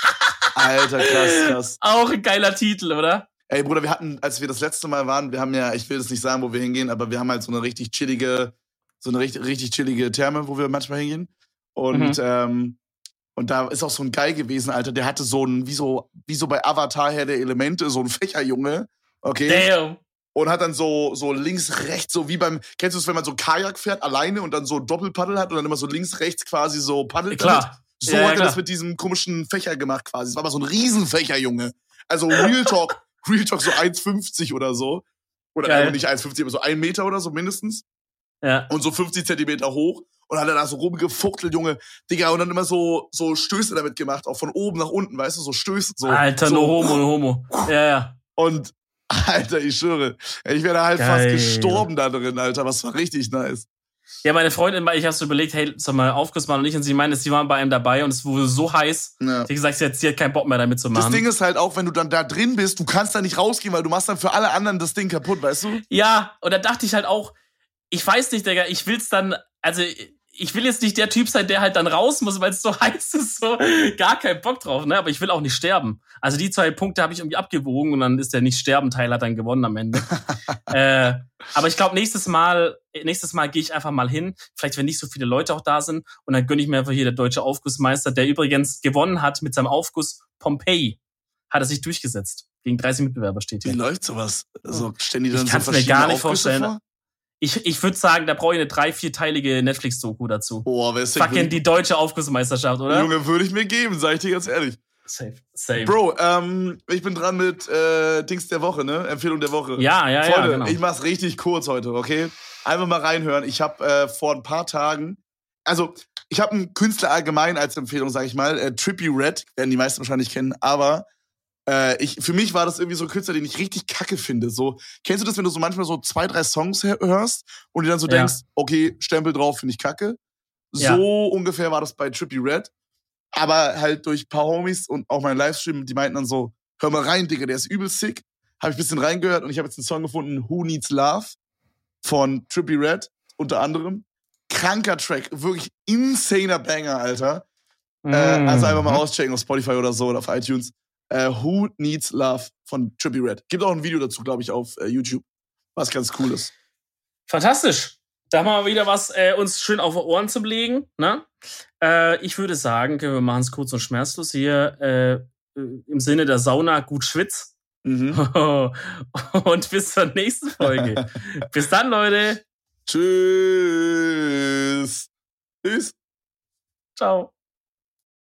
Alter, krass, krass. Auch ein geiler Titel, oder? Ey, Bruder, wir hatten, als wir das letzte Mal waren, wir haben ja, ich will jetzt nicht sagen, wo wir hingehen, aber wir haben halt so eine richtig chillige, so eine richtig, richtig chillige Therme, wo wir manchmal hingehen. Und, Mhm. ähm, und da ist auch so ein Guy gewesen, Alter, der hatte so ein, wie so, wie so bei Avatar Herr der Elemente, so ein Fächerjunge, okay? Damn. Und hat dann so, so links, rechts, so wie beim, kennst du es, wenn man so Kajak fährt, alleine und dann so Doppelpaddel hat und dann immer so links, rechts quasi so paddelt damit? Klar. So Ja, ja, hat er klar. das mit diesem komischen Fächer gemacht quasi. Es war aber so ein Riesenfächer, Junge. Also Real Talk, Real Talk so eins fünfzig oder so. Oder Geil. äh, nicht eins fünfzig, aber so ein Meter oder so mindestens. Ja. Und so fünfzig Zentimeter hoch. Und hat er da so rumgefuchtelt, Junge. Digga, und dann immer so, so Stöße damit gemacht, auch von oben nach unten, weißt du, so Stöße. So, Alter, so. no homo, no homo. Ja, ja. Und, Alter, ich schwöre, ich wäre da halt Geil. fast gestorben da drin, Alter. Was war richtig nice. Ja, meine Freundin, ich habe so überlegt, hey, soll mal Aufguss machen und ich, und sie meinte, sie waren bei einem dabei und es wurde so heiß. Ja. Sie hat gesagt, sie hat, sie hat keinen Bock mehr damit zu Das machen. Ding ist halt auch, wenn du dann da drin bist, du kannst da nicht rausgehen, weil du machst dann für alle anderen das Ding kaputt, weißt du? Ja, und da dachte ich halt auch, ich weiß nicht, Digga, ich will's dann, also ich will jetzt nicht der Typ sein, der halt dann raus muss, weil es so heiß ist, so gar keinen Bock drauf, ne? Aber ich will auch nicht sterben. Also die zwei Punkte habe ich irgendwie abgewogen und dann ist der Nicht-Sterben-Teil hat dann gewonnen am Ende. äh, aber ich glaube, nächstes Mal, nächstes Mal gehe ich einfach mal hin, vielleicht wenn nicht so viele Leute auch da sind und dann gönne ich mir einfach hier der deutsche Aufgussmeister, der übrigens gewonnen hat mit seinem Aufguss Pompeii. Hat er sich durchgesetzt. Gegen dreißig Mitbewerber steht Wie hier. läuft sowas? Also, stellen die dann Ich so kann's mir verschiedene gar nicht Aufgüsse vorstellen. vor? Ich, ich würde sagen, da brauche ich eine drei-, vierteilige Netflix-Doku dazu. Boah, wer ist Fucking die deutsche Aufgussmeisterschaft, oder? Junge, würde ich mir geben, sag ich dir ganz ehrlich. Safe. Safe. Bro, ähm, ich bin dran mit äh, Dings der Woche, ne? Empfehlung der Woche. Ja, ja, Freunde, ja, genau. ich mach's richtig kurz heute, okay? Einfach mal reinhören. Ich habe äh, vor ein paar Tagen, also ich habe einen Künstler allgemein als Empfehlung, sag ich mal, äh, Trippie Redd, werden die meisten wahrscheinlich kennen, aber äh, ich, für mich war das irgendwie so ein Künstler, den ich richtig kacke finde. So, kennst du das, wenn du so manchmal so zwei, drei Songs hörst und dir dann so Ja. denkst, okay, Stempel drauf, finde ich kacke? Ja. So ungefähr war das bei Trippie Redd. Aber halt durch ein paar Homies und auch mein Livestream, die meinten dann so, hör mal rein, Digga, der ist übel sick. Habe ich ein bisschen reingehört und ich habe jetzt einen Song gefunden, Who Needs Love von Trippie Redd, unter anderem. Kranker Track, wirklich insaner Banger, Alter. Mhm. Äh, also einfach mal auschecken auf Spotify oder so oder auf iTunes. Äh, Who Needs Love von Trippie Redd. Gibt auch ein Video dazu, glaube ich, auf äh, YouTube, was ganz cool ist. Fantastisch. Da haben wir mal wieder was, äh, uns schön auf die Ohren zu legen. Ne? Äh, ich würde sagen, wir machen es kurz und schmerzlos hier. Äh, im Sinne der Sauna, gut schwitz. Mhm. Und bis zur nächsten Folge. Bis dann, Leute. Tschüss. Tschüss. Ciao.